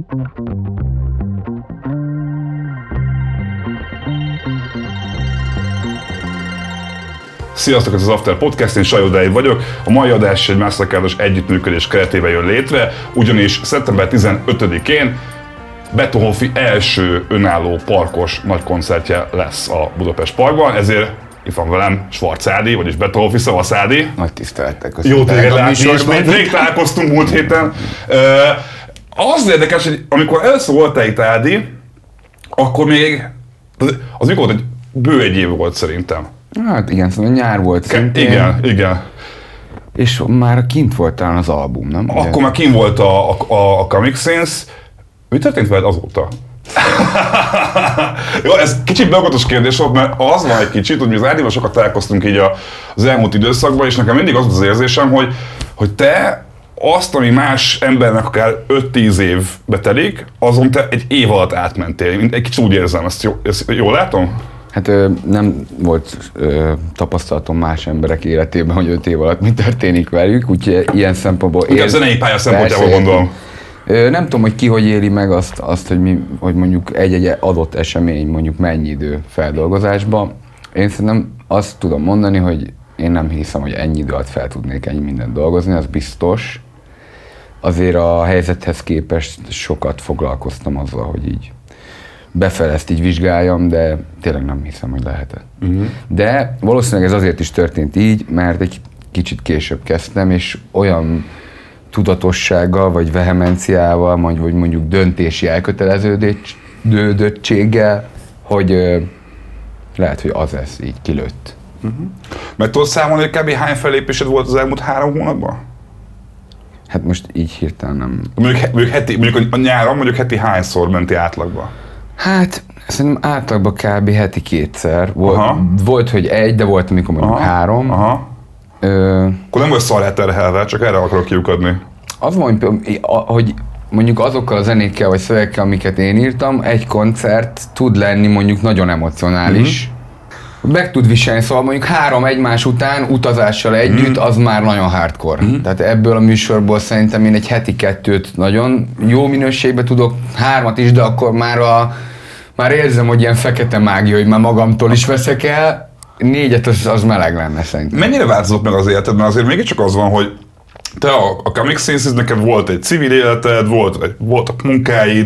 Sziasztok, ez az After Podcast, én Sajó Dávid vagyok. A mai adás egy Mastercardos együttműködés keretében jön létre, ugyanis szeptember 15-én Betonhoffi első önálló parkos nagy koncertje lesz a Budapest Parkban, ezért itt van velem Schwarz Ádi, vagyis Betonhoffi, szavasz Ádi. Nagy tisztelettel Jó téged látni ismét, rég találkoztunk múlt héten. Az érdekes, hogy amikor először voltál itt, Ádi, akkor még, az mikor volt, egy bő egy év volt szerintem. Hát igen, szóval nyár volt szintén. Igen. És már kint volt talán az album, nem? Akkor már kint volt a Comic Sense. Mi történt veled azóta? Jó, ez kicsit beakatos kérdés volt, mert az van egy kicsit, hogy mi az Ádival sokat találkoztunk így az elmúlt időszakban, és nekem mindig az volt az érzésem, hogy te azt, ami más embernek akár 5-10 évbe telik, azon te egy év alatt átmentél. Egy kicsit úgy érzem, ezt jól látom? Hát nem volt tapasztalatom más emberek életében, hogy 5 év alatt mi történik velük, úgyhogy ilyen szempontból... Inkább zenei pálya szempontjából gondolom. Nem tudom, hogy ki hogy éli meg azt hogy mondjuk egy adott esemény mondjuk mennyi idő feldolgozásba. Én szerintem azt tudom mondani, hogy én nem hiszem, hogy ennyi idő alatt fel tudnék ennyi mindent dolgozni, az biztos. Azért a helyzethez képest sokat foglalkoztam azzal, hogy így befele ezt így vizsgáljam, de tényleg nem hiszem, hogy lehet. De valószínűleg ez azért is történt így, mert egy kicsit később kezdtem, és olyan tudatossággal, vagy vehemenciával, vagy mondjuk döntési elköteleződöttséggel, hogy lehet, hogy az lesz így kilőtt. Meg tudod számolni, hogy kb. Hány fellépésed volt az elmúlt 3 hónapban? Hát most így hirtelen nem. Mondjuk a nyáron mondjuk heti hányszor menti átlagba? Hát szerintem átlagban kb. Heti 2-szer. Volt, hogy 1, de volt, amikor mondjuk 3. Akkor nem vagy szarrá terhelve, csak erre akarok kiukadni. Az van, hogy mondjuk azokkal a zenékkel vagy szövegekkel, amiket én írtam, egy koncert tud lenni mondjuk nagyon emocionális. Meg tud viselni, szóval mondjuk 3 egymás után utazással együtt, az már nagyon hardcore. Tehát ebből a műsorból szerintem én egy heti 2-t nagyon jó minőségben tudok, 3-at is, de akkor már érzem, hogy ilyen fekete mágia, hogy már magamtól is veszek el. 4-et az meleg lenne szerintem. Mennyire változott meg az életedben? Azért mégiscsak az van, hogy te a Comic Sense, neked volt egy civil életed, voltak munkáid.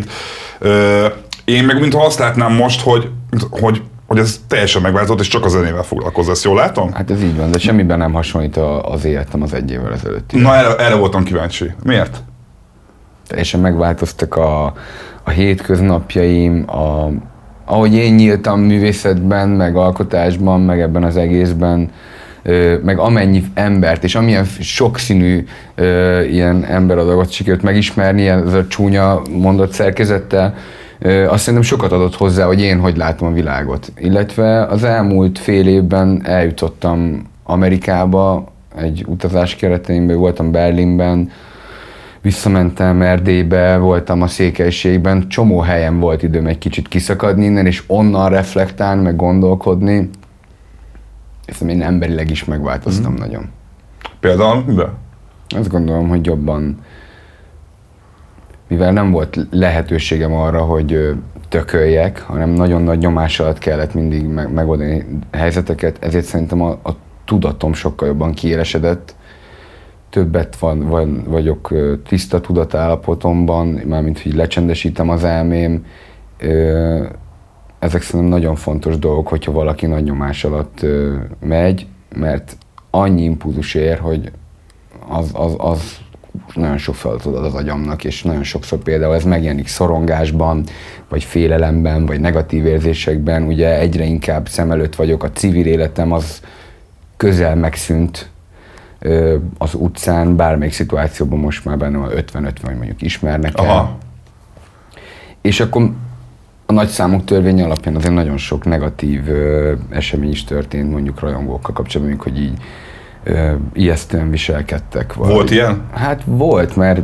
Én meg mintha azt látnám most, hogy ez teljesen megváltozott, és csak a zenével foglalkozz, jól látom? Hát ez így van, de semmiben nem hasonlít az életem az 1 évvel ezelőtt. Na erre voltam kíváncsi. Miért? Teljesen megváltoztak a hétköznapjaim, ahogy én nyíltam művészetben, meg alkotásban, meg ebben az egészben, meg amennyi embert és amilyen sokszínű ilyen emberadagot sikerült megismerni, ez a csúnya mondott szerkezettel, azt szerintem sokat adott hozzá, hogy én hogy látom a világot. Illetve az elmúlt fél évben eljutottam Amerikába, egy utazás kereteimben, voltam Berlinben, visszamentem Erdélybe, voltam a Székelységben, csomó helyen volt időm egy kicsit kiszakadni innen, és onnan reflektálni, meg gondolkodni. Ezt én emberileg is megváltoztam nagyon. Például mivel? Azt gondolom, hogy jobban, mivel nem volt lehetőségem arra, hogy tököljek, hanem nagyon nagy nyomás alatt kellett mindig megoldani helyzeteket, ezért szerintem a tudatom sokkal jobban kiélesedett. Többet vagyok tiszta tudatállapotomban, mármint hogy lecsendesítem az elmém. Ezek szerintem nagyon fontos dolgok, hogyha valaki nagy nyomás alatt megy, mert annyi impulzus ér, hogy az nagyon sok feladatot ad az agyamnak, és nagyon sokszor például ez megjelenik szorongásban, vagy félelemben, vagy negatív érzésekben. Ugye egyre inkább szem előtt vagyok, a civil életem az közel megszűnt az utcán, bármelyik szituációban most már benne van 50-50, vagy mondjuk ismernek el. És akkor a nagy számok törvény alapján azért nagyon sok negatív esemény is történt, mondjuk rajongókkal kapcsolatban, hogy így ijesztően viselkedtek. Volt ilyen? Hát volt, mert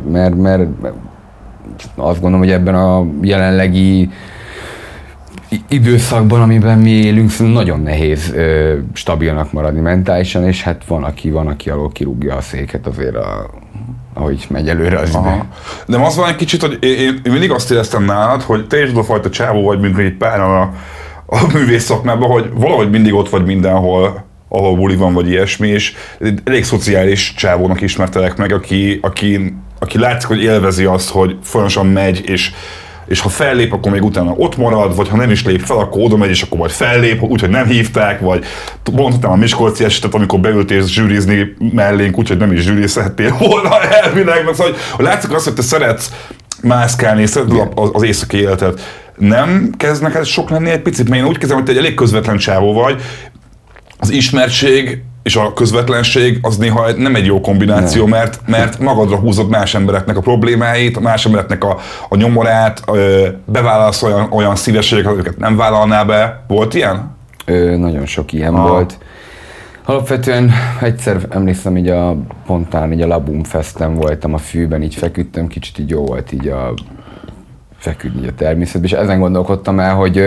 azt gondolom, hogy ebben a jelenlegi időszakban, amiben mi élünk, nagyon nehéz stabilnak maradni mentálisan, és hát van, aki alól kirúgja a széket azért ahogy megy előre az idő. De az van egy kicsit, hogy én mindig azt éreztem nálad, hogy te is az a fajta csávó vagy, mint egy páran a művész szakmában, hogy valahogy mindig ott vagy mindenhol, ahol buli van, vagy ilyesmi, és elég szociális csávónak ismertelek meg, aki látszik, hogy élvezi azt, hogy folyamatosan megy, és ha fellép, akkor még utána ott marad, vagy ha nem is lép fel, akkor oda megy, és akkor majd fellép, úgyhogy nem hívták, vagy mondhatnám a Miskolci esetet, amikor beültél zsűrizni mellénk, úgyhogy nem is zsűrizhettél volna elvileg, mert szóval, hogy látszik azt, hogy te szeretsz mászkálni, szereted az éjszaki életet. Nem kezd neked sok lenni egy picit? Mert én úgy kezdem, hogy te egy elég közvetlen csávó vagy. Az ismertség és a közvetlenség az néha nem egy jó kombináció, mert magadra húzod más embereknek a problémáit, más embereknek a nyomorát, bevállalsz olyan szívességeket, amiket nem vállalnál be. Volt ilyen? Nagyon sok ilyen volt. Alapvetően egyszer emlékszem, így pontán így a Labum Festen voltam a fűben, így feküdtem, kicsit így jó volt így feküdni így a természetben, és ezen gondolkodtam el, hogy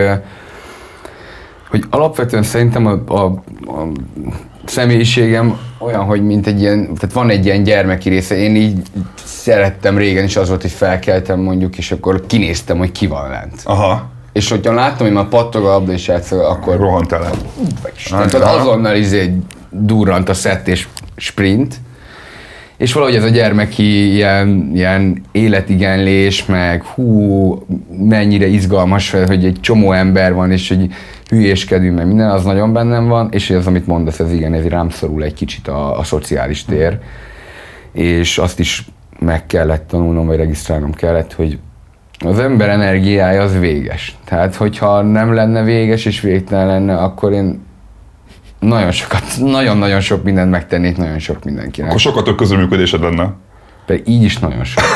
alapvetően szerintem a személyiségem olyan, hogy mint egy ilyen, tehát van egy ilyen gyermeki része. Én így szerettem régen is, az volt, hogy felkeltem mondjuk, és akkor kinéztem, hogy ki van lent. Aha. És hogyha láttam, hogy már pattog a labda és játszol, akkor rohantál el. Tehát azonnal durrant a szett és sprint. És valahogy ez a gyermeki ilyen életigenlés, meg mennyire izgalmas, hogy egy csomó ember van, és hogy hülyéskedünk, meg minden, az nagyon bennem van, és ez, amit mondasz, ez igen, ez rám szorul egy kicsit a szociális tér, és azt is meg kellett tanulnom, vagy regisztrálnom kellett, hogy az ember energiája az véges. Tehát, hogyha nem lenne véges és végtelen lenne, akkor én nagyon-nagyon sok mindent megtennék nagyon sok mindenkinek. Akkor sokkal több közreműködésed lenne. Pedig így is nagyon sok.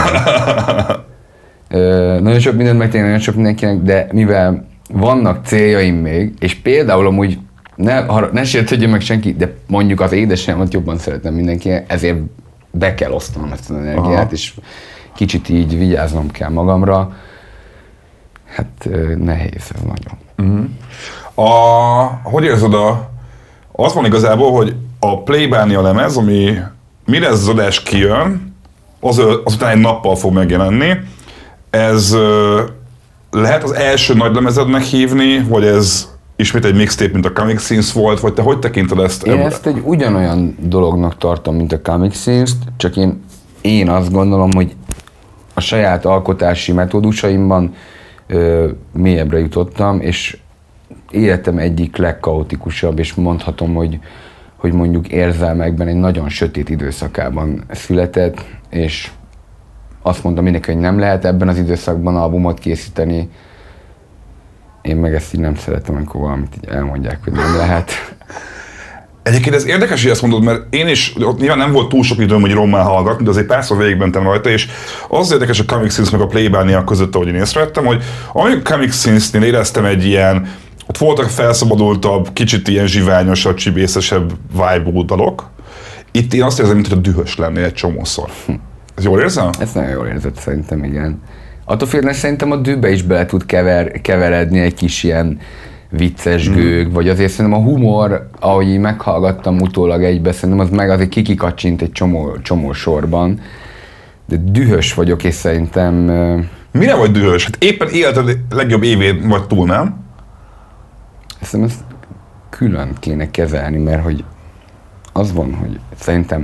Nagyon sok mindent megtennék nagyon sok mindenkinek, de mivel vannak céljaim még, és például amúgy ne sértődjön meg senki, de mondjuk az édesanyámat jobban szeretem mindenkinek, ezért be kell osztanom ezt az energiát, és kicsit így vigyáznom kell magamra. Hát nehéz ez nagyon. Hogy érzed azt van igazából, hogy a Plébánia lemez, ami mire ez az adás kijön, azután egy nappal fog megjelenni. Ez lehet az első nagy lemezednek hívni, vagy ez ismét egy mixtape, mint a Comic Scenes volt, vagy te hogy tekinted ezt? Én ezt egy ugyanolyan dolognak tartom, mint a Comic Scenes-t, csak én azt gondolom, hogy a saját alkotási metódusaimban mélyebbre jutottam, és életem egyik legkaotikusabb, és mondhatom, hogy mondjuk érzelmekben egy nagyon sötét időszakában született, és azt mondtam mindenki, hogy nem lehet ebben az időszakban albumot készíteni. Én meg ezt így nem szeretem, amikor valamit így elmondják, hogy nem lehet. Egyébként ez érdekes, hogy ezt mondod, mert én is, nyilván nem volt túl sok időm, hogy rommá hallgatni, de azért párszor végigmentem rajta, és az érdekes a Comic Scenes meg a Plébánia között, ahogy én észrevettem, hogy amíg Comic Scenes-nél éreztem egy ilyen, ott voltak felszabadultabb, kicsit ilyen zsiványosabb, csibészesebb vibe-ú dalok. Itt én azt érzem, mintha dühös lennél egy csomószor. Ez jól érzem? Ez nagyon jól érzett szerintem, igen. Attól félre, szerintem a dűbe is bele tud keveredni egy kis ilyen vicces gőg, vagy azért szerintem a humor, ahogy így meghallgattam utólag egybe, szerintem az meg azért kikikacsint egy csomó sorban. De dühös vagyok, és szerintem... Mire vagy dühös? Hát éppen életed legjobb évén vagy túl, nem? Szerintem ezt külön kéne kezelni, mert hogy az van, hogy szerintem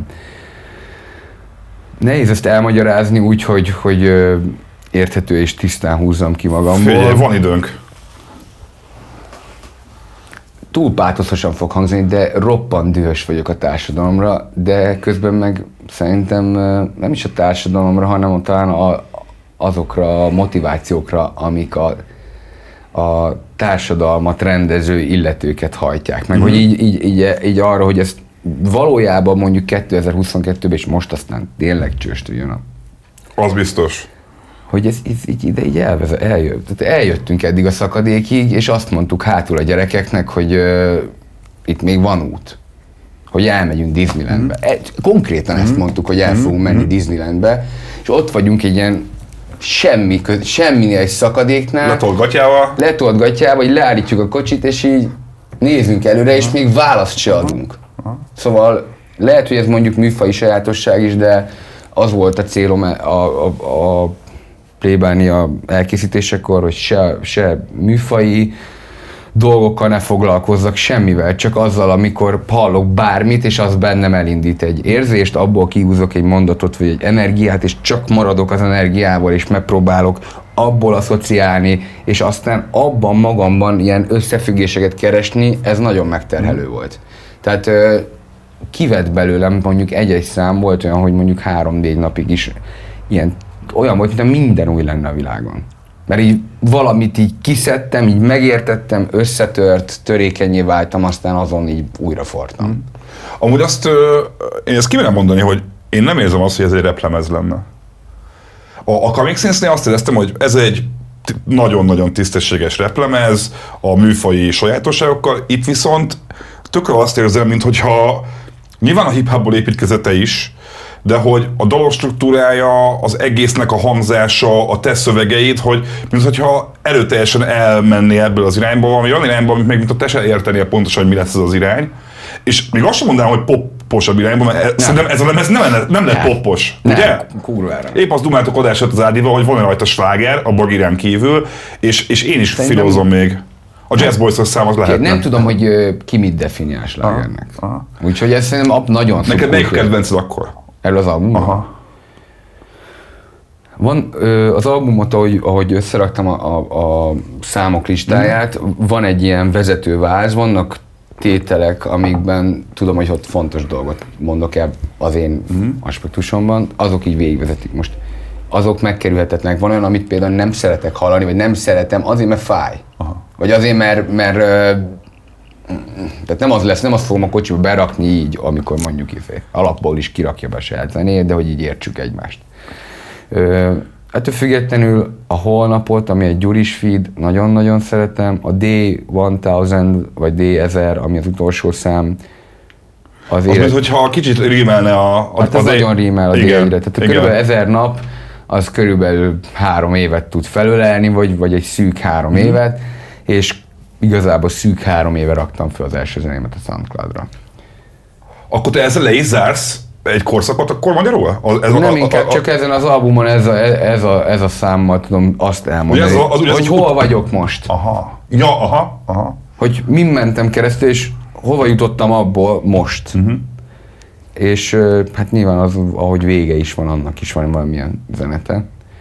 nehéz ezt elmagyarázni úgy, hogy érthető és tisztán húzzam ki magamból. Figyelj, van időnk. Túl pátoszosan fog hangzni, de roppant dühös vagyok a társadalomra, de közben meg szerintem nem is a társadalomra, hanem talán azokra a motivációkra, amik a társadalmat rendező illetőket hajtják meg. Hogy így arra, hogy ezt valójában mondjuk 2022-ben és most aztán tényleg csőstüljön. Az biztos. Hogy ez így eljött. Tehát eljöttünk eddig a szakadékig, és azt mondtuk hátul a gyerekeknek, hogy itt még van út. Hogy elmegyünk Disneylandbe. Konkrétan ezt mondtuk, hogy el fogunk menni Disneylandbe, és ott vagyunk egy ilyen semminél egy szakadéknál. Letolt gatyával, hogy leállítjuk a kocsit, és így nézzünk előre, és még választ se adunk. Szóval lehet, hogy ez mondjuk műfaji sajátosság is, de az volt a célom a plébánia elkészítésekor, hogy se műfai dolgokkal ne foglalkozzak, semmivel, csak azzal, amikor hallok bármit, és az bennem elindít egy érzést, abból kihúzok egy mondatot, vagy egy energiát, és csak maradok az energiával, és megpróbálok abból asszociálni, és aztán abban magamban ilyen összefüggéseket keresni, ez nagyon megterhelő volt. Tehát kivett belőlem mondjuk egy-egy szám, volt olyan, hogy mondjuk 3-4 napig is olyan volt, mintha minden új lenne a világon. Mert így valamit így kiszedtem, így megértettem, összetört, törékenyé váltam, aztán azon így újra fortam. Amúgy én ezt kimerem mondani, hogy én nem érzem azt, hogy ez egy replemez lenne. A Coming Sins-nél azt éreztem, hogy ez egy nagyon-nagyon tisztességes replemez, a műfaji sajátosságokkal, itt viszont tökre azt érzem, minthogyha nyilván a hip-hopból építkezete is, de hogy a dalok struktúrája, az egésznek a hangzása, a te szövegeid, hogy mintha erőteljesen elmenné ebből az irányból, valami olyan irányból, amit még mint te se értenél pontosan, hogy mi lesz ez az irány. És még azt sem mondanám, hogy popposabb irányból, mert szerintem ez a lemez nem lett poppos, ugye? Kurvára. Épp azt dumáltuk adását az Ádival, hogy van rajta sláger, a Bagirán kívül, és én is filózom még. A Jazz Boys-os szám az lehetne. Nem tudom, hogy ki mit definiál slágernek. Úgyhogy ez szerintem nagyon szó. Neked melyik a kedvenced akkor? Erről az albumban? Aha. Van az albumot, ahogy összeraktam a számok listáját, van egy ilyen vezetőváz, vannak tételek, amikben tudom, hogy ott fontos dolgot mondok el az én aspektusomban, azok így végigvezetik. Most azok megkerülhetetlenek. Van olyan, amit például nem szeretek hallani, vagy nem szeretem azért, mert fáj. Aha. Vagy azért, mert tehát nem azt fogom a kocsiba berakni így, amikor mondjuk alapból is kirakja be a saját zenét, de hogy így értsük egymást. Ettől függetlenül a Holnapot, ami egy Gyuris feed, nagyon-nagyon szeretem. A D1000 vagy D1000, ami az utolsó szám, az mintha kicsit rímelne hát az nagyon rímel a D-re. Tehát körülbelül 1000 nap, az körülbelül 3 évet tud felölelni, vagy egy szűk 3 évet, és igazából szűk 3 éve raktam fel az első zenémet a SoundCloud-ra. Akkor te ezzel le is zársz egy korszakot akkor magyarul? Inkább csak ezen az albumon ez a számmal tudom azt elmondani, hogy hol vagyok most. Aha. Ja, aha. Hogy min mentem keresztül, és hova jutottam abból most. És hát nyilván az, ahogy vége is van, annak is van valamilyen zenete.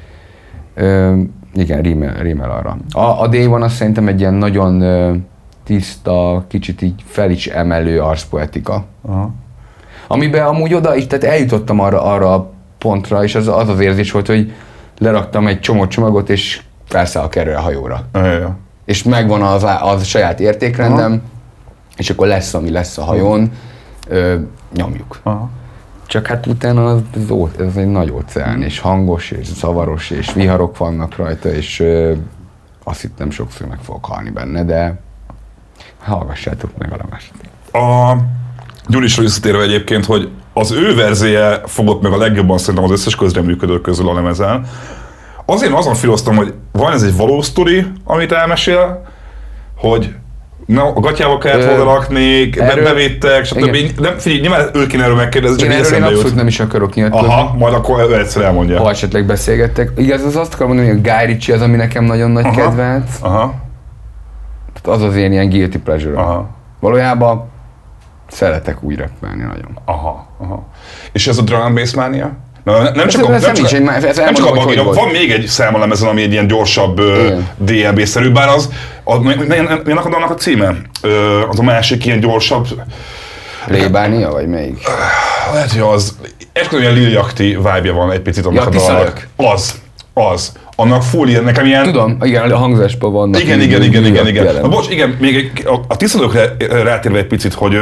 Igen, rímel arra. A D-van azt szerintem egy ilyen nagyon tiszta, kicsit így fel is emelő arszpoetika. Aha. Amiben amúgy oda is, tehát eljutottam arra a pontra, és az érzés volt, hogy leraktam egy csomó csomagot, és felszállok erre a hajóra. Ja. És megvan az saját értékrendem, és akkor lesz, ami lesz a hajón, nyomjuk. Aha. Csak hát utána ez egy nagy óceán, és hangos, és zavaros, és viharok vannak rajta, és azt hittem sokszor meg fogok halni benne, de hallgassátok meg a lemezt. Gyurisra visszatérve egyébként, hogy az ő verzéje fogott meg a legjobban szerintem az összes közreműködő közül a lemezen. Azért azon filoztam, hogy van ez egy valós sztori, amit elmesél, hogy a gatyába kellett volna rakni, bevittek, stb. Nem, figyelj, nyilván őt kéne erről megkérdezni, csak én abszolút nem is akarok nyilatkozni. Aha, majd akkor egyszer elmondja. Ha esetleg beszélgettek. Igaz, az azt akarom mondani, hogy a Guy Ritchie az, ami nekem nagyon nagy kedvenc. Aha. Tehát az én ilyen guilty pleasure. Aha. Valójában szeretek úgy rappelni nagyon. Aha. És ez a Drum and Bass Mania? Nem csak van még egy szám a lemezen, ami egy ilyen gyorsabb DLB-szerű, bár milyen annak a címe? Az a másik ilyen gyorsabb... Plébánia, vagy melyik? Lehet, hogy az... Esküszöm, ilyen Lil Yachty vibe-ja van egy picit annak a dalnak. Az. Annak full ilyen, nekem ilyen... Tudom, igen, a hangzásban vannak. Igen. Na bocs, igen, még a tisztelőkre rátérve egy picit, hogy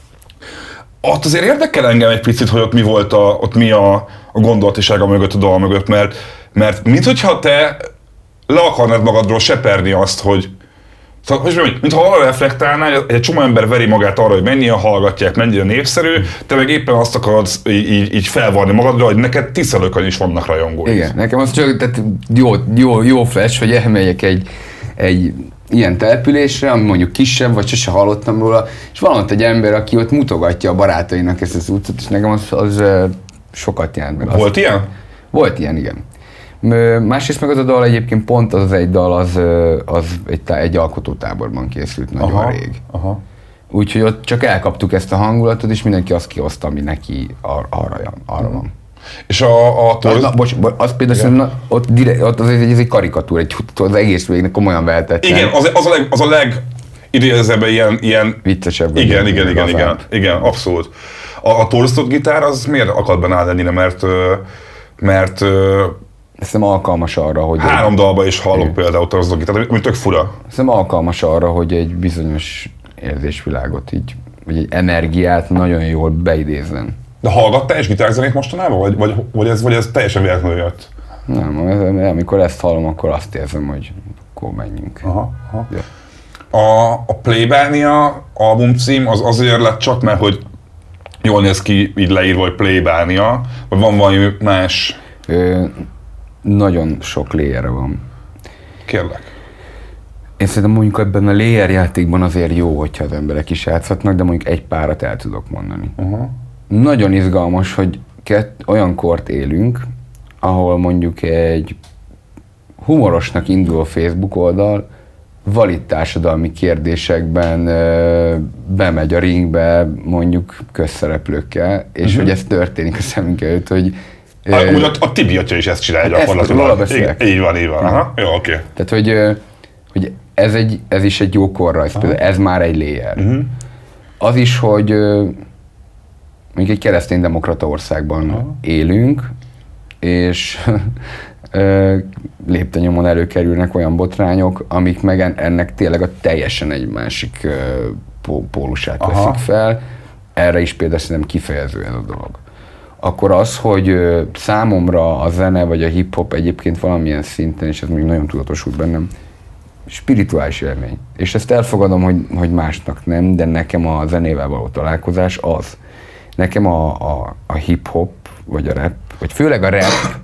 ott azért érdekel engem egy picit, hogy ott mi volt ott mi a gondolatisága mögött, a dal mögött, mert minthogyha te le akarnád magadról seperni azt, hogy mintha arra reflektálnál, egy csomó ember veri magát arra, hogy mennyien hallgatják, mennyire népszerű, te meg éppen azt akarod így felvarni magadra, hogy neked Tiszalökön is vannak rajongói. Igen, nekem az csak tehát jó flash, hogy elmegyek egy ilyen településre, ami mondjuk kisebb, vagy sose hallottam róla, és van ott egy ember, aki ott mutogatja a barátainak ezt az utcát, és nekem az sokat jelent meg. Volt ilyen? Volt ilyen, igen. Másrészt meg az a dal egyébként pont az egy dal, az egy alkotótáborban készült nagyon rég. Aha. Úgyhogy ott csak elkaptuk ezt a hangulatot, és mindenki azt kihozta, ami neki arra van. És a az például ott az egy karikatúra, az egész végnek komolyan vehetett. Igen, az a legidézőbb ilyen... Viccesebb. Igen, abszolút. A torzított gitár az miért akad benne áll ennyire, mert hiszem alkalmas arra, hogy... 3 dalba is hallok például torzított gitár, ami tök fura. Hiszem alkalmas arra, hogy egy bizonyos érzésvilágot így, vagy egy energiát nagyon jól beidézzen. De hallgattál és gitárzenét mostanában? Vagy ez teljesen véletlenül jött? Nem, amikor ezt hallom, akkor azt érzem, hogy akkor menjünk. Aha. Ja. A Plébánia albumcím az azért lett csak, mert hogy jól néz ki így leírva, hogy Plébánia, vagy van valami más? Nagyon sok layer van. Kérlek. Én szerintem mondjuk ebben a layer játékban azért jó, hogyha az emberek is játszhatnak, de mondjuk egy párat el tudok mondani. Nagyon izgalmas, hogy olyan kort élünk, ahol mondjuk egy humorosnak induló Facebook oldal valid társadalmi kérdésekben bemegy a ringbe mondjuk közszereplőkkel, és hogy ez történik a szemünk előtt, hogy Amúgy a Tibi atya is ezt csinálja gyakorlatilag. Így van. Aha. Jó, oké. Tehát, hogy ez is egy jó korrajz, például ez már egy layer. Az is, hogy mondjuk egy kereszténydemokrata országban élünk, és léptennyomon előkerülnek olyan botrányok, amik meg ennek tényleg a teljesen egy másik pólusát veszik fel. Erre is például szerintem kifejező ez a dolog. Akkor az, hogy számomra a zene vagy a hip-hop egyébként valamilyen szinten, és ez még nagyon tudatosult bennem, spirituális élmény. És ezt elfogadom, hogy másnak nem, de nekem a zenével való találkozás az. Nekem a hip-hop, vagy a rap, vagy főleg a rap,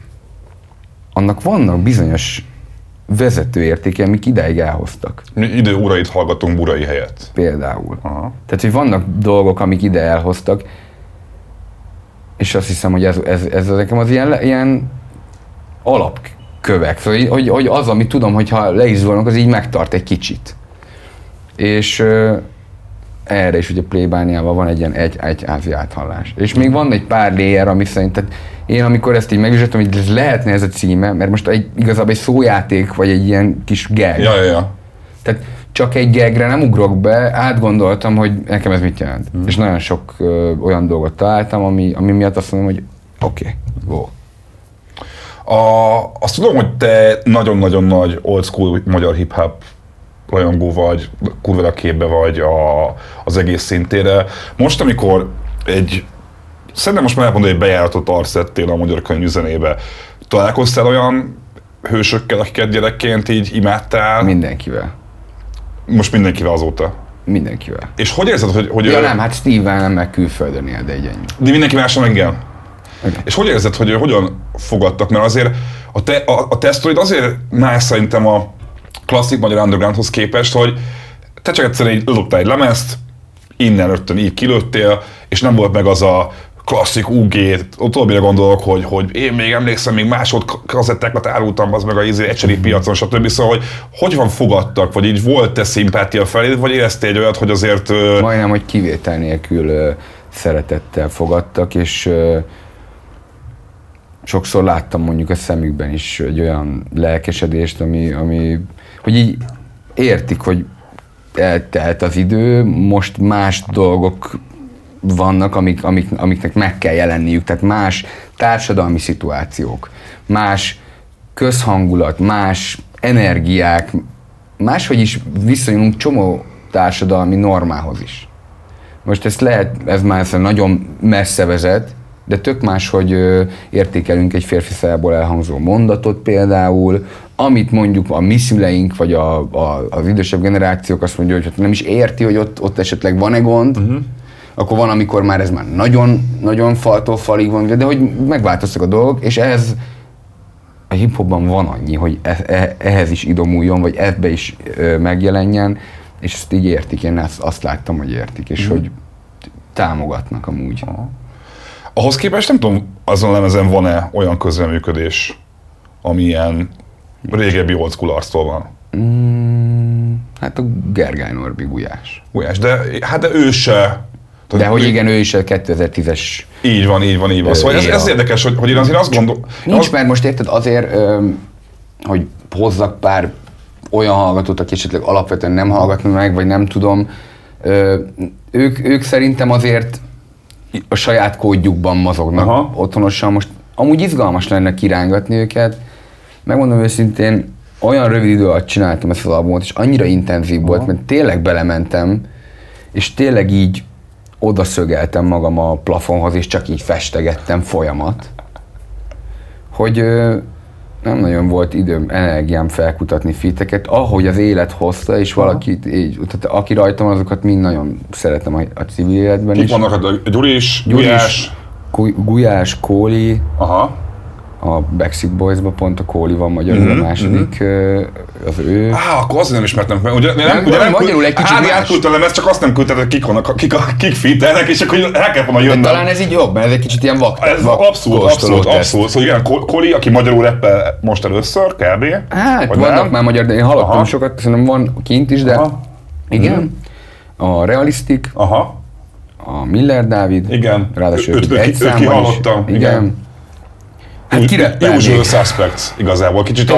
annak vannak bizonyos vezetőértéke, amik ideig elhoztak. Idő órait hallgatunk burai helyett. Például. Tehát, hogy vannak dolgok, amik ide elhoztak, és azt hiszem, hogy ez nekem az ilyen alapkövek. Szóval, hogy az, amit tudom, hogy ha leizolnak, az így megtart egy kicsit. És erre is ugye Plébániával van egy ilyen egyházi áthallás. És még van egy pár layer, ami szerint, tehát én amikor ezt így megvizsgáltam, hogy ez lehetne ez a címe, mert most igazából egy szójáték, vagy egy ilyen kis gag. Ja. Tehát csak egy gagre nem ugrok be, átgondoltam, hogy nekem ez mit jelent. És nagyon sok olyan dolgot találtam, ami miatt azt mondom, hogy oké, go. Azt tudom, hogy te nagyon-nagyon nagy old school magyar hip-hop rajongó vagy, kurva a képbe vagy az egész szintére. Most, amikor szerintem most már elmondom, hogy bejáratott arc lettél a magyar könyvzenébe, találkoztál olyan hősökkel, akiket gyerekként így imádtál? Mindenkivel. Most mindenkivel azóta? Mindenkivel. És hogy érzed, hogy... Ja nem, hát Steve-vel nem, meg külföldön él, de így ennyi. De mindenki máson engem? Igen. És hogy érzed, hogy hogyan fogadtak? Mert azért a te sztorid azért más szerintem a klasszik magyar undergroundhoz képest, hogy te csak egyszerűen így loptál egy lemezt, innen rögtön így kilőttél, és nem volt meg az a klasszik UG, utóbbire gondolok, hogy én még emlékszem, még másodkazettákat árultam az meg a egyszerű piacon, stb. Szóval, hogy van fogadtak, vagy így volt-e szimpátia felé, vagy éreztél egy olyat, hogy azért... Majdnem, hogy kivétel nélkül szeretettel fogadtak, és sokszor láttam mondjuk a szemükben is egy olyan lelkesedést, ami hogy így értik, hogy eltelt az idő, most más dolgok vannak, amiknek meg kell jelenniük, tehát más társadalmi szituációk, más közhangulat, más energiák, máshogy is viszonyulunk csomó társadalmi normához is. Most ez már nagyon messze vezet, de tök más, hogy értékelünk egy férfi szájából elhangzó mondatot például, amit mondjuk a mi szüleink, vagy az idősebb generációk azt mondja, hogy nem is érti, hogy ott esetleg van-e gond, akkor van, amikor már ez már nagyon, nagyon faltól falig van, de hogy megváltoztak a dolgok, és ehhez a hip-hopban van annyi, hogy ehhez is idomuljon, vagy ebbe is megjelenjen, és ezt így értik, én azt láttam, hogy értik, és hogy támogatnak amúgy. Ahhoz képest nem tudom, azon a lemezen van-e olyan közreműködés, ami ilyen régebbi old school arctól van. Hát a Gergely Norbi Gulyás. Gulyás, de ő se. De hogy igen, ő is a 2010-es. Így van. Szóval ez érdekes, hogy én azért azt gondolom... Mert most érted azért, hogy hozzak pár olyan hallgatót, aki esetleg alapvetően nem hallgatnak meg, vagy nem tudom, ők szerintem azért a saját kódjukban mozognak otthonosan. Most amúgy izgalmas lenne kirángatni őket. Megmondom őszintén, olyan rövid idő alatt csináltam ezt az albumot, és annyira intenzív volt, mert tényleg belementem, és tényleg így odaszögeltem magam a plafonhoz, és csak így festegettem folyamat, hogy nem nagyon volt időm, energiám felkutatni fiteket, ahogy az élet hozta, és valakit így, tehát aki rajtam van, azokat mind nagyon szeretem a civil életben is. Itt vannak a Gyuris, Gulyás, Kóli, a Backstreet Boys-ban pont a Kóli van magyarul, a második, az ő. Akkor azért nem ismertem meg. Ugye nem magyarul egy kicsit átküldtem lemezt, csak azt nem küldted, hogy kik fittelnek, és akkor el kell volna jönnöm. Talán ez így jobb, mert ez egy kicsit ilyen Abszolút. Szóval igen, Kóli, aki magyarul rappel most először, kb. Hát vannak már magyar, de én hallottam sokat, szerintem van kint is, de igen. A Realistic, a Miller Dávid, igen. Ráadásul egy számban is. Igen. Hát kireppelnék. Usual Suspects igazából. Kicsit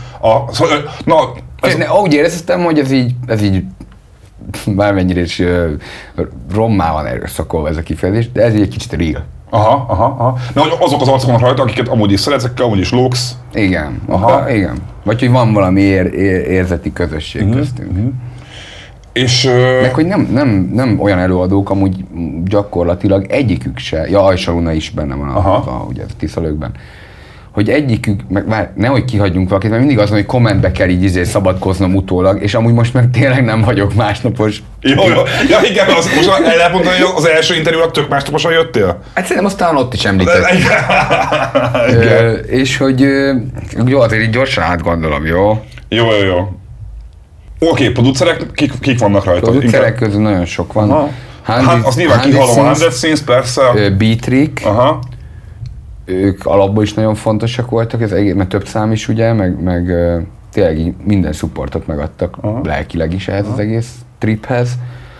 úgy éreztem, hogy ez így bármennyire is rommá van erőszakolva ez a kifejezés, de ez így egy kicsit real. Na, azok az arcok vannak rajta, akiket amúgy is szeretek, amúgy is lóksz. Igen. Igen. Vagy hogy van valami érzeti közösség köztünk. És... Meg hogy nem olyan előadók, amúgy gyakorlatilag egyikük se, Ajsaluna is benne van ugye a Tiszalőkben, hogy egyikük, meg nehogy kihagyjunk valakit, mert mindig az van, hogy kommentbe kell így szabadkoznom utólag, és amúgy most meg tényleg nem vagyok másnapos. Jó. Ja igen, most el lehet mondani, hogy az első interjúra tök másnaposan jöttél? Hát szerintem aztán ott is említett. És hogy jó, azért így gyorsan átgondolom, jó? Jó. Oké, producerek, kik vannak rajta? Producerek közül nagyon sok van. Hát azt nyilván kihallom, a Hundred Scenes, persze. Beatrik. Ők alapból is nagyon fontosak voltak, mert több szám is ugye, meg tényleg így minden supportot megadtak lelkileg is ehhez az egész triphez.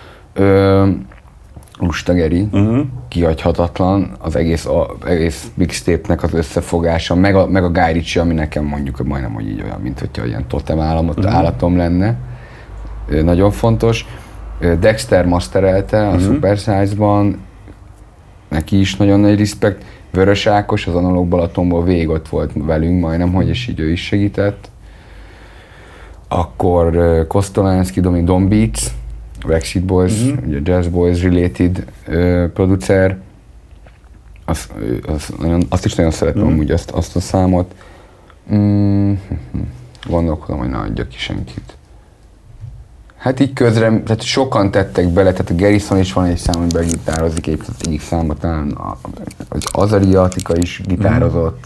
Lusta Geri, kihagyhatatlan, az egész mixtape-nek az összefogása, meg a Guy Ritchie, ami nekem mondjuk majdnem hogy így olyan, mint hogyha ilyen totem állatom lenne. Nagyon fontos. Dexter masterelte a Super Size-ban, neki is nagyon nagy respekt. Vörös Ákos az Analóg Balatonból végig ott volt velünk majdnem, hogy és így ő is segített. Akkor Kosztolánszki, Don Beats, Backstreet Boys, ugye Jazz Boys related producer. Azt is nagyon szeretem amúgy azt a számot. Gondolkodom, hogy ne adjak ki senkit. Hát így közre, tehát sokan tettek bele, tehát a Garrison is van egy szám, amiben gitározik, épp az egyik számban talán az Azaria Attika is gitározott.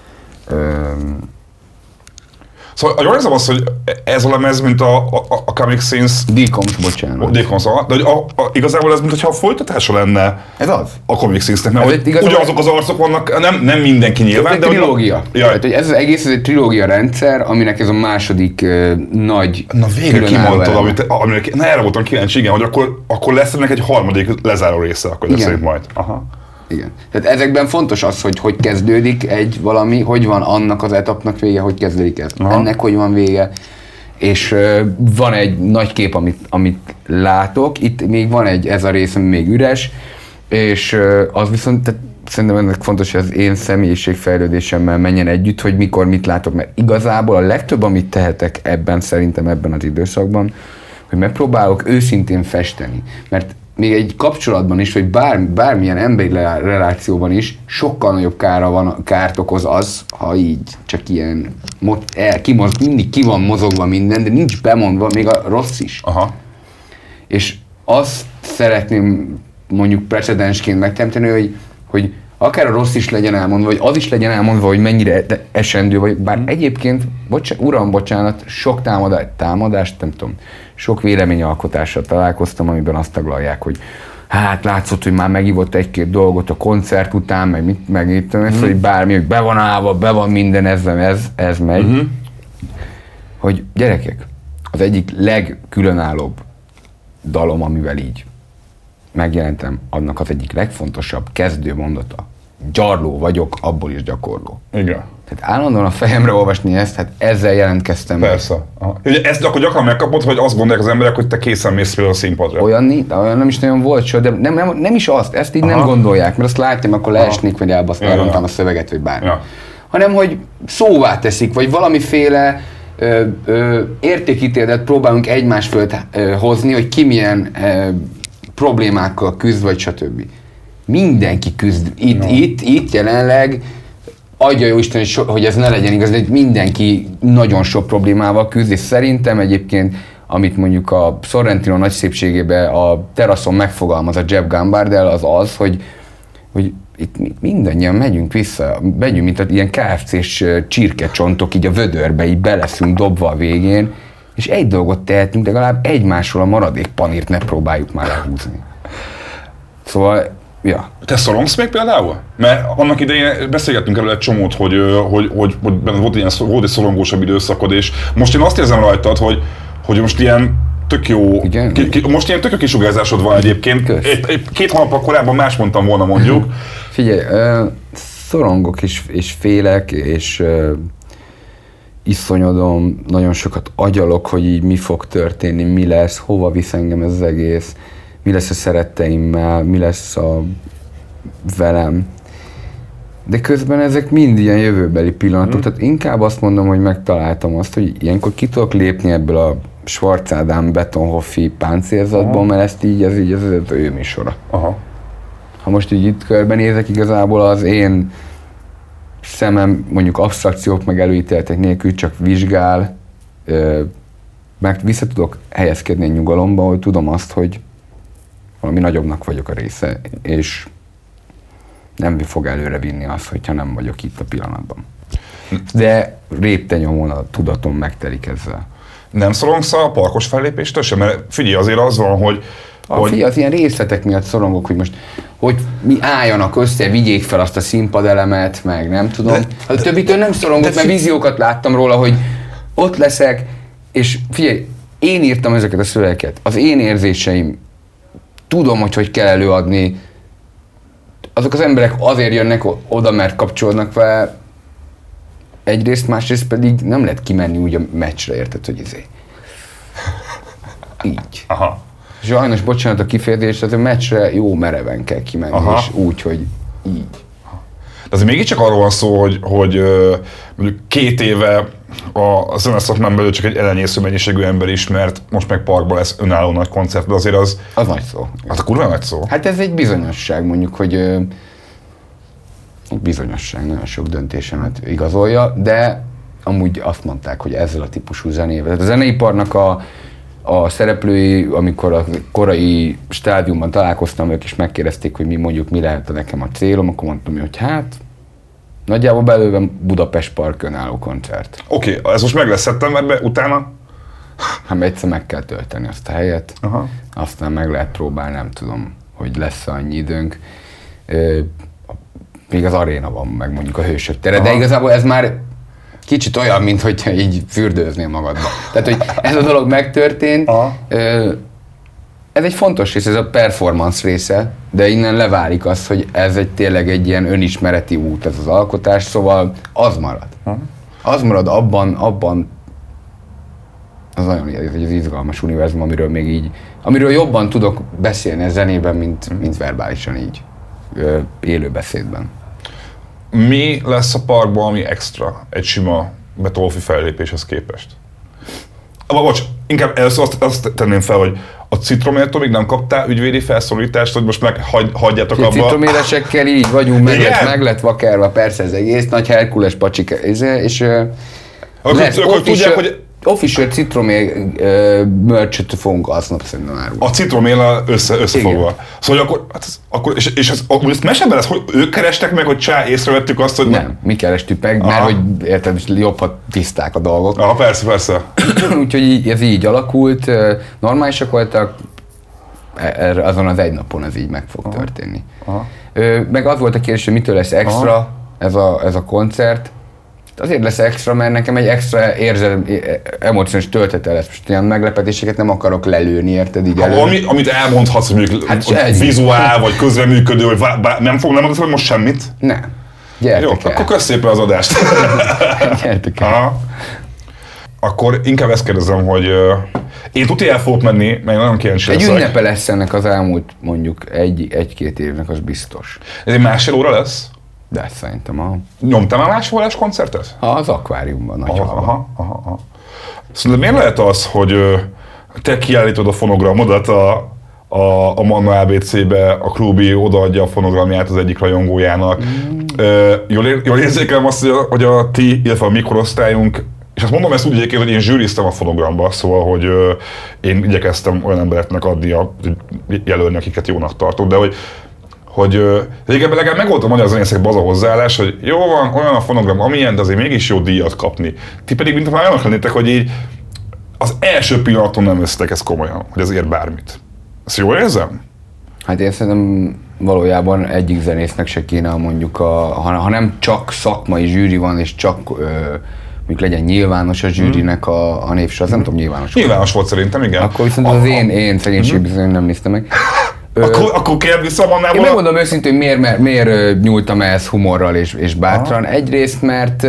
Szóval jól érzem azt, hogy ez a lemez, mint a Comic Scenes... Decoms, bocsánat. Decoms, de igazából ez, mintha folytatása lenne ez az. A Comic Scenes-nek, mert ugyanazok az arcok vannak, nem mindenki nyilván, ez egy trilógia. Tehát, hogy ez az egész ez egy trilógia rendszer, aminek ez a második nagy... Na végre kimondtad, erre voltam kíváncsi, igen, hogy akkor lesz ennek egy harmadik lezáró része, akkor lesz majd. Igen. Tehát ezekben fontos az, hogy kezdődik egy valami, hogy van annak az etapnak vége, hogy kezdődik ez. Ennek hogy van vége. És van egy nagy kép, amit látok, itt még van ez a rész, ami még üres, és az viszont, tehát szerintem ennek fontos, hogy az én személyiségfejlődésemmel menjen együtt, hogy mikor mit látok, mert igazából a legtöbb, amit tehetek szerintem ebben az időszakban, hogy megpróbálok őszintén festeni. Mert még egy kapcsolatban is, vagy bármilyen emberi relációban is sokkal nagyobb kárt okoz az, ha így csak ilyen mindig ki van mozogva minden, de nincs bemondva, még a rossz is. És azt szeretném mondjuk precedensként megteremteni, hogy akár a rossz is legyen elmondva, vagy az is legyen elmondva, hogy mennyire esendő vagy, bár egyébként, bocsánat, sok támadást, nem tudom, sok véleményalkotással találkoztam, amiben azt taglalják, hogy hát látszott, hogy már megívott egy-két dolgot a koncert után, meg itt, hogy bármi, hogy be van állva, be van minden, ez megy. Hogy gyerekek, az egyik legkülönállóbb dalom, amivel így megjelentem, annak az egyik legfontosabb kezdőmondata. Gyarló vagyok, abból is gyakorló. Igen. Tehát állandóan a fejemre olvasni ezt, hát ezzel jelentkeztem. Persze. Ugye ezt akkor gyakran megkapod, hogy azt gondolják az emberek, hogy te készen mész fel a színpadra. Olyan nem is nagyon volt soha, de nem is azt, ezt így nem gondolják, mert azt láttam, akkor leesnék, vagy elrontam a szöveget, vagy bármi. Ja. Hanem, hogy szóvá teszik, vagy valamiféle értékítéletet próbálunk egymás fölött hozni, hogy ki milyen problémákkal küzd, vagy stb. Mindenki küzd. Itt jelenleg, adja jóisten, hogy ez ne legyen igaz, de mindenki nagyon sok problémával küzd, és szerintem egyébként, amit mondjuk a Sorrentino nagy szépségében a teraszon megfogalmaz a Jeff Gambardell, az, hogy itt mindannyian megyünk vissza, mint ilyen KFC-s csirkecsontok így a vödörbe, így beleszünk dobva a végén, és egy dolgot tehetünk, legalább egymásról a maradék panírt ne próbáljuk már elhúzni. Szóval, ja. Te szorongsz még például? Mert annak idején beszélgettünk erről egy csomót, hogy volt egy szorongósabb időszakod, és most én azt érzem rajtad, hogy most ilyen tök jó, most ilyen tök jó kisugárzásod van egyébként. 2 hónappal korábban más mondtam volna, mondjuk. Figyelj, szorongok és félek, és iszonyodom, nagyon sokat agyalok, hogy így mi fog történni, mi lesz, hova visz engem ez az egész, mi lesz a szeretteimmel, mi lesz velem. De közben ezek mind ilyen jövőbeli pillanatok, tehát inkább azt mondom, hogy megtaláltam azt, hogy ilyenkor ki tudok lépni ebből a Schwarz Ádám Betonhoffi páncélzatból, mert ez az ő műsora. Aha. Ha most így itt körbenézek, igazából az én szemem mondjuk absztrakciók meg előítéletek nélkül csak vizsgál, meg vissza tudok helyezkedni egy nyugalomba, hogy tudom azt, hogy valami nagyobbnak vagyok a része, és nem fog előre vinni azt, hogyha nem vagyok itt a pillanatban. De réptenyomon a tudatom megtelik ezzel. Nem szorongsz a parkos fellépéstől sem? Mert figyelj, azért az van, hogy... Figyelj, az ilyen részletek miatt szorongok, hogy most mi álljanak össze, vigyék fel azt a színpadelemet, meg nem tudom. A többitől nem szorongok, mert víziókat láttam róla, hogy ott leszek, és figyelj, én írtam ezeket a szövegeket, az én érzéseim, tudom, hogy kell előadni, azok az emberek azért jönnek oda, mert kapcsolódnak vele, egyrészt, másrészt pedig nem lehet kimenni úgy a meccsre, érted, hogy így. Aha. Sajnos, bocsánat a kifejezés, az a meccsre jó mereven kell kimenni, és úgy, hogy így. De azért mégiscsak arról van szó, hogy mondjuk 2 éve a zeneszakmán belül csak egy elenyésző mennyiségű ember ismert, most meg parkban lesz önálló nagy koncert, de azért az nagy szó. Az a kurva nagy szó. Hát ez egy bizonyosság, mondjuk, hogy egy bizonyosság nagyon sok döntésemet igazolja, de amúgy azt mondták, hogy ezzel a típusú zenével. Tehát a zeneiparnak a szereplői, amikor a korai stádiumban találkoztam, ők is megkérdezték, hogy mi lehet nekem a célom, akkor mondtam, hogy hát nagyjából belőle Budapest Park önálló koncert. Oké, ez most meg lesz szeptemberben, utána? Hát egyszer meg kell tölteni azt a helyet, aztán meg lehet próbálni, nem tudom, hogy lesz annyi időnk. Még az aréna van, meg mondjuk a Hősök tere, de igazából ez már kicsit olyan, mint hogyha így fürdőznél magadba. Tehát, hogy ez a dolog megtörtént, ez egy fontos rész, ez a performance része, de innen leválik az, hogy ez tényleg egy ilyen önismereti út, ez az alkotás, szóval az marad. Az marad abban az nagyon egy izgalmas univerzum, amiről jobban tudok beszélni a zenében, mint verbálisan így, élő beszédben. Mi lesz a parkban, ami extra egy sima Betonhoffi fellépéshez képest? Bocs, inkább először azt tenném fel, hogy a Citromértől még nem kaptál ügyvédi felszólítást, hogy most hagyjátok abba? Citroméresekkel így vagyunk, meg lett vakerva, persze ez egész, nagy Herkules pacsik, és lesz official Citromér merch-et fogunk aznap szerintem árulni. A Citroméllal összefogva. Szóval akkor és ezt mesélj bele, hogy ők kerestek meg, hogy észrevettük azt, hogy... Nem, mi kerestük meg, mert hogy érted, jobb, ha tiszták a dolgok. Persze. Úgyhogy ez így alakult, normálisak voltak, azon az egy napon ez így meg fog történni. Aha. Meg az volt a kérdés, hogy mitől lesz extra ez a koncert. Azért lesz extra, mert nekem egy extra emocionális töltete lesz. Most ilyen meglepetéseket nem akarok lelőni, érted így elő. Amit elmondhatsz, hogy mondjuk Hát vizuál, vagy közreműködő, vagy nem mondani, hogy most semmit? Nem. Gyertek Jó, el. akkor kösz szépen az adást. Gyertek el. Aha. Akkor inkább ezt kérdezem, hogy én tuti el fogok menni, meg nagyon kíváncsi Egy leszek. ünnepe lesz ennek az elmúlt mondjuk egy-két évnek, az biztos. Ez egy másfél óra lesz? De szerintem Nyomtál már másfél órás koncertet? az akváriumban, nagy halban. Aha. Szóval miért lehet az, hogy te kiállítod a fonogramodat a Manna ABC-be, a Klubi odaadja a fonogramját az egyik rajongójának. Jól érzékelem azt, hogy a ti, illetve a mi korosztályunk, és azt mondom ezt úgy egyébként, hogy én zsűriztem a fonogramba, szóval, hogy én igyekeztem olyan embereknek adni, jelölni, akiket jónak tartok, de hogy régebben legalább megvolt a magyar zenészekben az a hozzáállás, hogy jó van, olyan a fonogram, amilyen, de azért mégis jó díjat kapni. Ti pedig, mint már olyanok lennétek, hogy így az első pillanaton nem veszitek ezt komolyan, hogy ez ér bármit. Ezt jól érzem? Hát én szerintem valójában egyik zenésznek se kéne mondjuk, ha nem csak szakmai zsűri van, és csak mondjuk legyen nyilvános a zsűrinek a névsor, az nem tudom, nyilvános. Nyilvános volt szerintem, igen. Akkor viszont az én szegénység bizony nem néztem meg. Akkor kérd vissza a Mannából. Én megmondom őszintén, hogy miért nyúltam ehhez humorral és bátran. Egyrészt, mert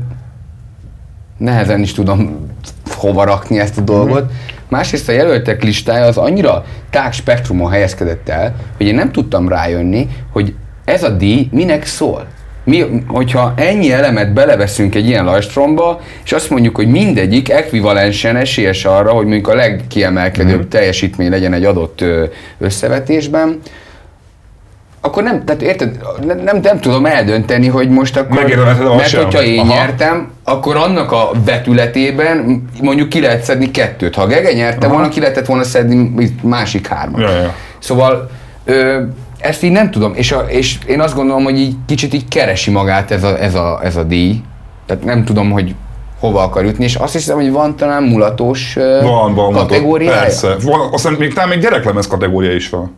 nehezen is tudom hova rakni ezt a dolgot. Másrészt a jelöltek listája az annyira tág spektrumon helyezkedett el, hogy én nem tudtam rájönni, hogy ez a díj minek szól. Hogyha ennyi elemet beleveszünk egy ilyen lajstromba, és azt mondjuk, hogy mindegyik ekvivalensen esélyes arra, hogy mondjuk a legkiemelkedőbb teljesítmény legyen egy adott összevetésben, akkor nem, tehát érted, nem tudom eldönteni, hogy most akkor, mert hogyha én nyertem, akkor annak a vetületében mondjuk ki lehet szedni kettőt. Ha Gege nyerte volna, ki lehetett volna szedni másik hármat. Ja. Szóval ezt így nem tudom, és én azt gondolom, hogy így kicsit így keresi magát ez a díj. Tehát nem tudom, hogy hova akar jutni, és azt hiszem, hogy van talán mulatos kategóriája. Persze. Aztán még gyereklemez kategória is van.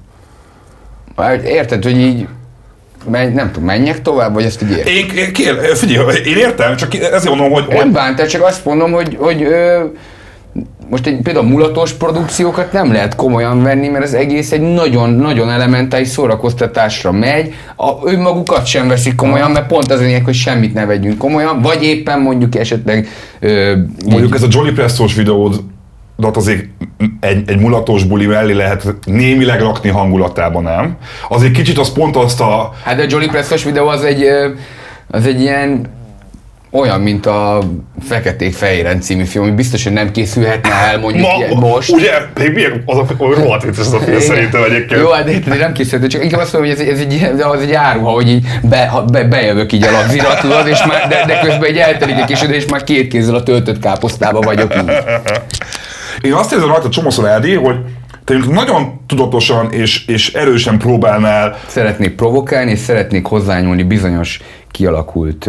Érted, hogy így, nem tudom, menjek tovább, vagy ezt így értem? Figyelj, én értem, csak ezért mondom, hogy... Nem bánt, csak azt mondom, hogy most például mulatos produkciókat nem lehet komolyan venni, mert az egész egy nagyon-nagyon elementális szórakoztatásra megy. Önmagukat sem veszik komolyan, mert pont az lényeg, hogy semmit ne vegyünk komolyan, vagy éppen mondjuk esetleg... Mondjuk ez a Johnny Presszós videód, azért egy mulatos buli mellé lehet némileg rakni hangulatában, nem? Azért kicsit az pont azt a... Hát a Johnny Presszós videó az egy ilyen olyan, mint a Feketék-fehéren című film, hogy biztos, hogy nem készülhetne el mondjuk most. Ugye? Miért? Az a rohadt vicces ez a film szerintem egyébként. Jó, hát de nem készülhetne, csak inkább azt mondom, hogy ez egy áruha, hogy így bejövök így a lagzira, tudod, és már, de közben egy eltelik egy kis idő, és már két kézzel a töltött káposztába vagyok így. Én azt érzem rajta csomószor, Ádi, hogy te nagyon tudatosan és erősen próbálnál... Szeretnék provokálni, és szeretnék hozzányúlni bizonyos kialakult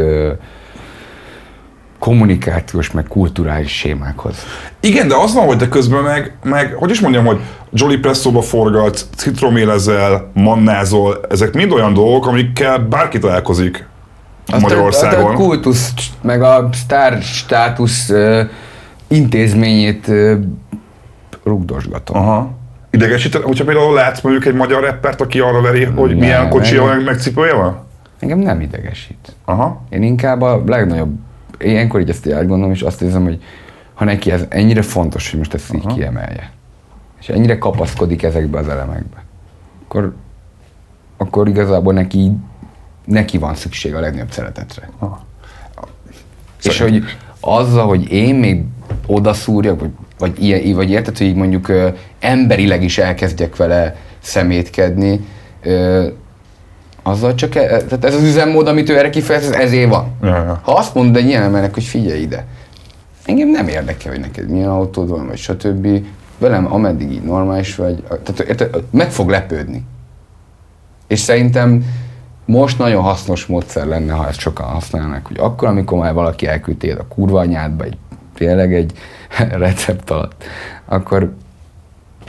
kommunikációs, meg kulturális sémákhoz. Igen, de az van, hogy te közben meg hogy is mondjam, hogy Jolly Presszóba forgatsz, citromélezel, mannázol, ezek mind olyan dolgok, amikkel bárki találkozik Magyarországon. A kultusz, meg a sztár státusz intézményét rugdosgatom. Aha. Idegesít, hogyha például látsz mondjuk egy magyar rappert, aki arra veri, hogy milyen kocsija meg cipője van? Engem nem idegesít. Aha. Én inkább a legnagyobb, ilyenkor így ezt átgondolom, és azt érzem, hogy ha neki ez ennyire fontos, hogy most ezt így kiemelje, és ennyire kapaszkodik ezekbe az elemekbe, akkor igazából neki van szükség a legnagyobb szeretetre. És hogy azzal, hogy én még odaszúrjak, vagy érted, hogy így mondjuk emberileg is elkezdjek vele szemétkedni, azzal csak, tehát ez az üzemmód, amit ő erre kifejez, ez ezért van. Ja. Ha azt mondod egy ilyen embernek, hogy figyelj ide, engem nem érdekel, hogy neked milyen autód van, vagy stb. Velem ameddig így normális vagy, tehát meg fog lepődni. És szerintem most nagyon hasznos módszer lenne, ha ezt sokan használnák, hogy akkor, amikor már valaki elküld téged a kurva anyádba, tényleg egy recept alatt, akkor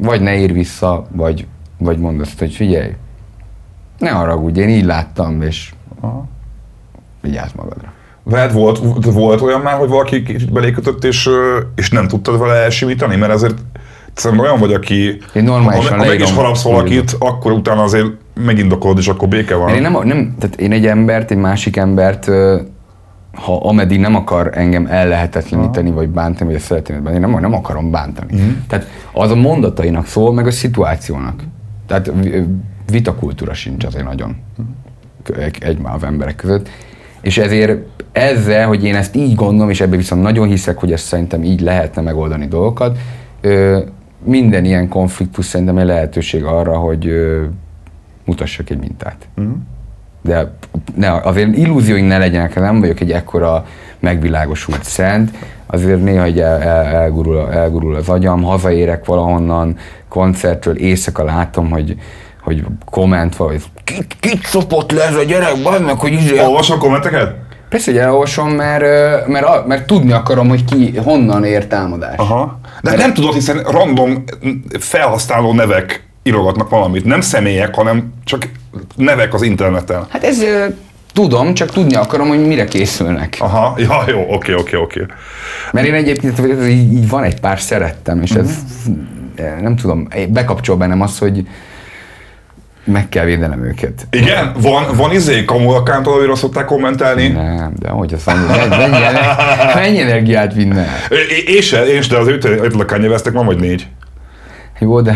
vagy ne ír vissza, vagy mondd azt, hogy figyelj, ne haragudj, én így láttam, és vigyázz magadra. Veled volt olyan már, hogy valaki kicsit belékötött, és nem tudtad vele elsimítani? Mert azért szerintem olyan vagy, aki ha meg is harapsz valakit, akkor utána azért megindokolod, és akkor béke van. Tehát én egy másik embert, ha ameddig nem akar engem ellehetetleníteni, vagy bántani, vagy a szeretetben, én nem akarom bántani. Tehát az a mondatainak szól, meg a szituációnak. Tehát vitakultúra sincs azért nagyon az emberek között. És ezért ezzel, hogy én ezt így gondolom, és ebben viszont nagyon hiszek, hogy ezt szerintem így lehetne megoldani dolgokat, minden ilyen konfliktus szerintem egy lehetőség arra, hogy mutassak egy mintát. De azért illúzióink ne legyenek, nem vagyok egy ekkora megvilágosult szent, azért néha egy elgurul az agyam, hazaérek valahonnan, koncertről, éjszaka látom, hogy komment van, hogy kit szopott le ez a gyerek, bazd meg, hogy Olvasom kommenteket? Persze, hogy elolvasom, mert tudni akarom, hogy ki honnan ér támadás. Aha. De nem tudod, hiszen random felhasználó nevek írogatnak valamit. Nem személyek, hanem csak nevek az interneten. Hát ez tudom, csak tudni akarom, hogy mire készülnek. Aha, ja, jó, oké. Mert én egyébként így van egy pár szerettem, és ez nem tudom, bekapcsol bennem az, hogy meg kell védenem őket. Igen? Van kamu accountod, amire szokták kommentelni? Nem, de hogy az mennyi energiát vinne? Én is, de az ötletek Kanye-vesztek van vagy 4? Jó, de...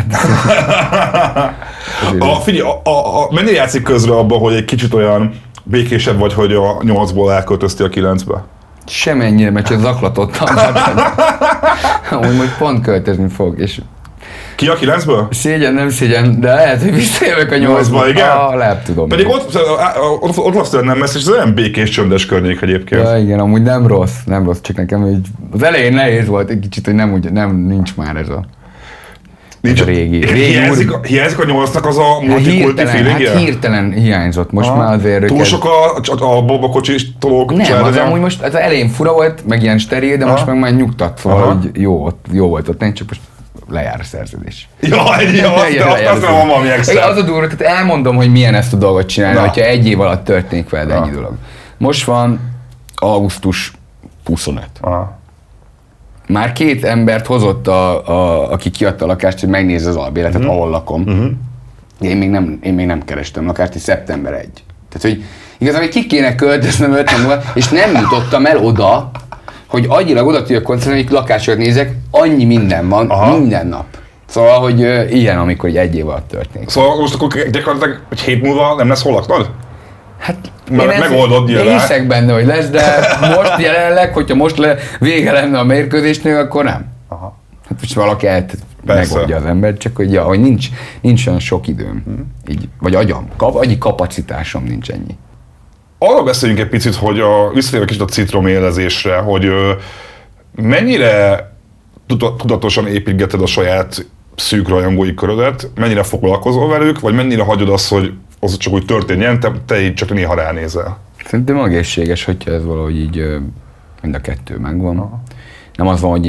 Figyelj, mennyire játszik közre abban, hogy egy kicsit olyan békésebb vagy, hogy a 8-ból elköltöztél a 9-be? Semennyire, mert csak zaklatottam. Amúgy majd pont költözni fog, és... Ki a 9-ből? Szégyen, nem szégyen, de lehet, hogy visszajövök a 8-ba. Igen? Lehet, tudom. Pedig ott laksz tőle nem messze, és ez olyan békés, csöndes környék egyébként. Ja, igen, amúgy nem rossz, csak nekem így... Az elején nehéz volt egy kicsit, hogy nincs már ez a... Nincs, régi hiányzik a 8-nak az a multikulti feelingje? Hát hirtelen hiányzott, most már azért... Túl sok a babakocsis tolók? Nem, az amúgy most az elején fura volt, meg ilyen steril, de most meg már nyugtat, szóval hogy jó volt ott, csak most lejár a szerződés. Azt nem valami extra. Az a durva, tehát elmondom, hogy milyen ezt a dolgot csinálni, hogyha egy év alatt történik veled ennyi dolog. Most van augusztus 25. Már 2 embert hozott, aki kiadta a lakást, hogy megnézze az albéletet, ahol lakom. Én még nem kerestem lakást, és szeptember 1. Tehát, hogy igazából ki kéne költöznöm 5 múlva, és nem jutottam el oda, hogy agyilag oda tudjak koncentrálni, hogy lakásokat nézek, annyi minden van, minden nap. Szóval, hogy ilyen, amikor egy év alatt történik. Szóval most akkor gyakorlatilag egy hét múlva nem lesz hol laknod? Hát megoldod én hiszek benne, hogy lesz, de most jelenleg, hogyha most vége lenne a mérkőzésnél, akkor nem. Hát most valaki megoldja az ember, csak hogy nincs olyan sok időm, így, vagy agyi kapacitásom nincs ennyi. Arra beszéljünk egy picit, hogy visszatérve kicsit a citromélezésre, hogy mennyire tudatosan építgeted a saját szűk rajongói körödet, mennyire foglalkozol velük, vagy mennyire hagyod azt, hogy az csak úgy történjen, te így csak néha ránézel? Szerintem egészséges, hogyha ez valahogy így mind a kettő megvan. Nem az van, hogy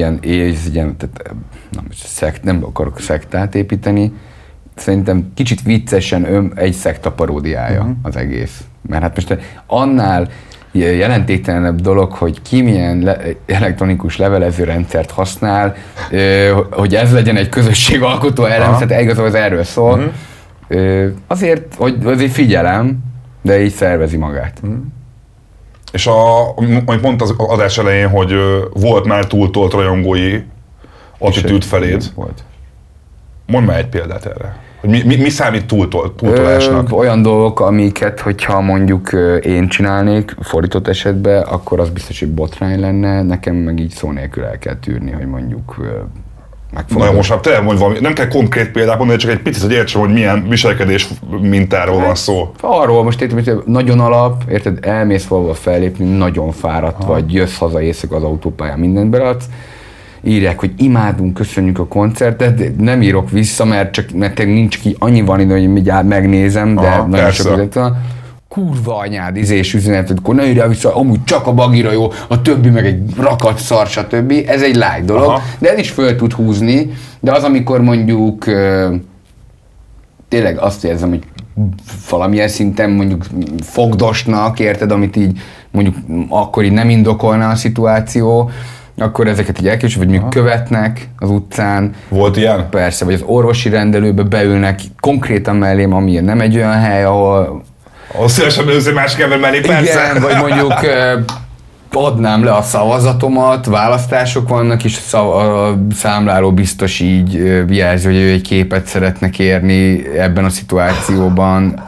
nem akarok szektát építeni, szerintem kicsit viccesen egy szekta paródiája az egész. Mert hát most annál jelentéktelenebb dolog, hogy ki milyen elektronikus levelező rendszert használ, hogy ez legyen egy közösségalkotó elem, tehát igazából az erről szól. Azért figyelem, de így szervezi magát. És amit mondta az adás elején, hogy volt már túltolt rajongói attitűd feléd. Volt. Mondd már egy példát erre. Hogy mi számít túltolásnak? Olyan dolgok, amiket, hogyha mondjuk én csinálnék fordított esetben, akkor az biztos, hogy botrány lenne, nekem meg így szó nélkül el kell tűrni, hogy mondjuk Na most már te mondj valami, nem kell konkrét példát mondani, csak egy picit, hogy értsem, hogy milyen viselkedés mintáról van szó. Arról most értem, hogy nagyon alap, érted, elmész valahol fellépni, nagyon fáradt vagy, jössz haza éjszaka az autópályán, mindent beladsz, írják, hogy imádunk, köszönjük a koncertet, de nem írok vissza, mert nincs ki, annyi van idő, hogy mindjárt megnézem, de nagyon sok azért van. kurva anyád izés üzenetet, akkor ne írjál vissza, amúgy csak a Bagira jó, a többi meg egy rakat szar, stb. Ez egy light dolog, aha, de ez is föl tud húzni, de az, amikor mondjuk tényleg azt érzem, hogy valamilyen szinten mondjuk fogdosnak, érted, amit így mondjuk akkor így nem indokolna a szituáció, akkor ezeket így elkésőbb, vagy mondjuk követnek az utcán. Volt ilyen? Persze, vagy az orvosi rendelőbe beülnek konkrétan mellém, ami nem egy olyan hely, ahol szívesen őző másik ember mellé, persze. Igen, vagy mondjuk adnám le a szavazatomat, választások vannak, és a számláló biztos így jelzi, hogy ő egy képet szeretne kérni ebben a szituációban.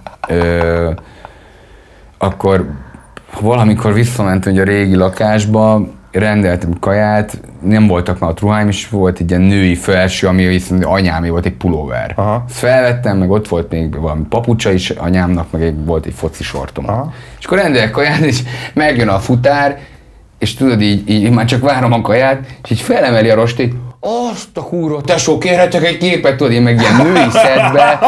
Akkor valamikor visszamentem a régi lakásba, rendeltem kaját, nem voltak már ott ruháim, és volt egy ilyen női felső, ami viszont anyámé volt, egy pulóver. Ezt felvettem, meg ott volt még valami papucsa is anyámnak, meg volt egy foci sortom. Aha. És akkor rendelek kaját, és megjön a futár, és tudod, így már csak várom a kaját, és így felemeli a rostét, azt a kurva, tesó, kérhetek egy képet, tudod, én meg ilyen női szedbe.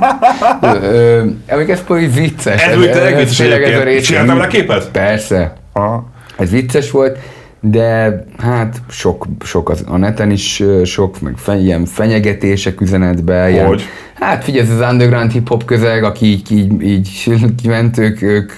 Ez pedig vicces. Ez tényleg vicces. Csináltam vele képet? Persze. Aha. Ez vicces volt, de hát sok a neten is sok, meg ilyen fenyegetések üzenetben. Ilyen, hát figyelj, ez az underground hip-hop közeg, aki így kiment, ők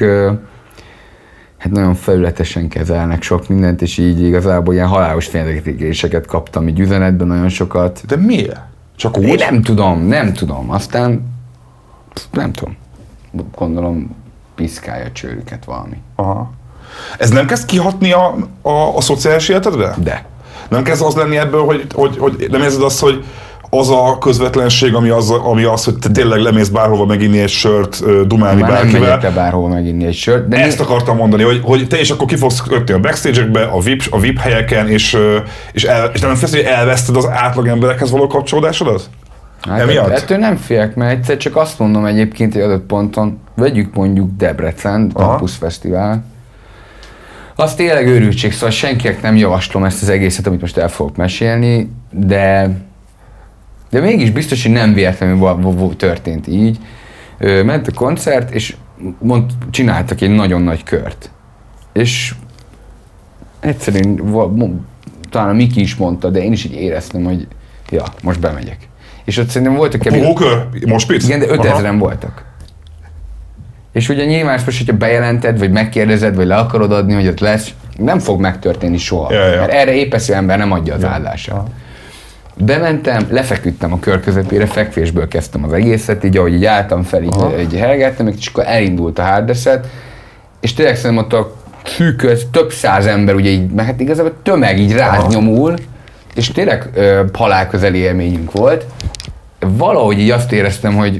hát nagyon felületesen kezelnek sok mindent, és így igazából ilyen halálos fenyegetéseket kaptam így üzenetben nagyon sokat. De miért? Csak úgy? Én nem tudom. Aztán nem tudom. Gondolom piszkálja a csőrüket valami. Aha. Ez nem kezd kihatni a szociális életedre? De. Nem kezd az lenni ebből, hogy nem érzed azt, hogy az a közvetlenség, ami az, hogy te tényleg lemész bárhova meginni egy sört, dumálni már bárkivel. Nem megyek bárhova meginni egy sört. De ezt akartam mondani, hogy te is akkor ki fogsz kötni a backstage-ekbe, a VIP helyeken, és nem félsz, hogy elveszted az átlag emberekhez való kapcsolódásodat? Hát ettől nem félek, mert egyszer csak azt mondom egyébként egy adott ponton, vegyük mondjuk Debrecen, Campus Fesztivál. Az tényleg őrültség, szóval senkinek nem javaslom ezt az egészet, amit most el fogok mesélni, de mégis biztos, hogy nem véletlenül történt így. Ment a koncert, és csináltak egy nagyon nagy kört. És egyszerűen, talán a Miki is mondta, de én is így éreztem, hogy ja, most bemegyek. És ott szerintem voltak Pókör? Most pic? Igen, de 5000-en voltak. És ugye nyilván most, hogyha bejelented, vagy megkérdezed, vagy le akarod adni, hogy ott lesz, nem fog megtörténni soha. Mert erre épesző ember nem adja az áldását. Bementem, lefeküdtem a kör közepére, fekvésből kezdtem az egészet, így ahogy így álltam fel, így helgettem, és akkor elindult a hardreset, és tényleg szerintem ott a szűköz több száz ember, ugye így, mert hát igazából tömeg így rád nyomul, és tényleg halálközeli élményünk volt. Valahogy így azt éreztem, hogy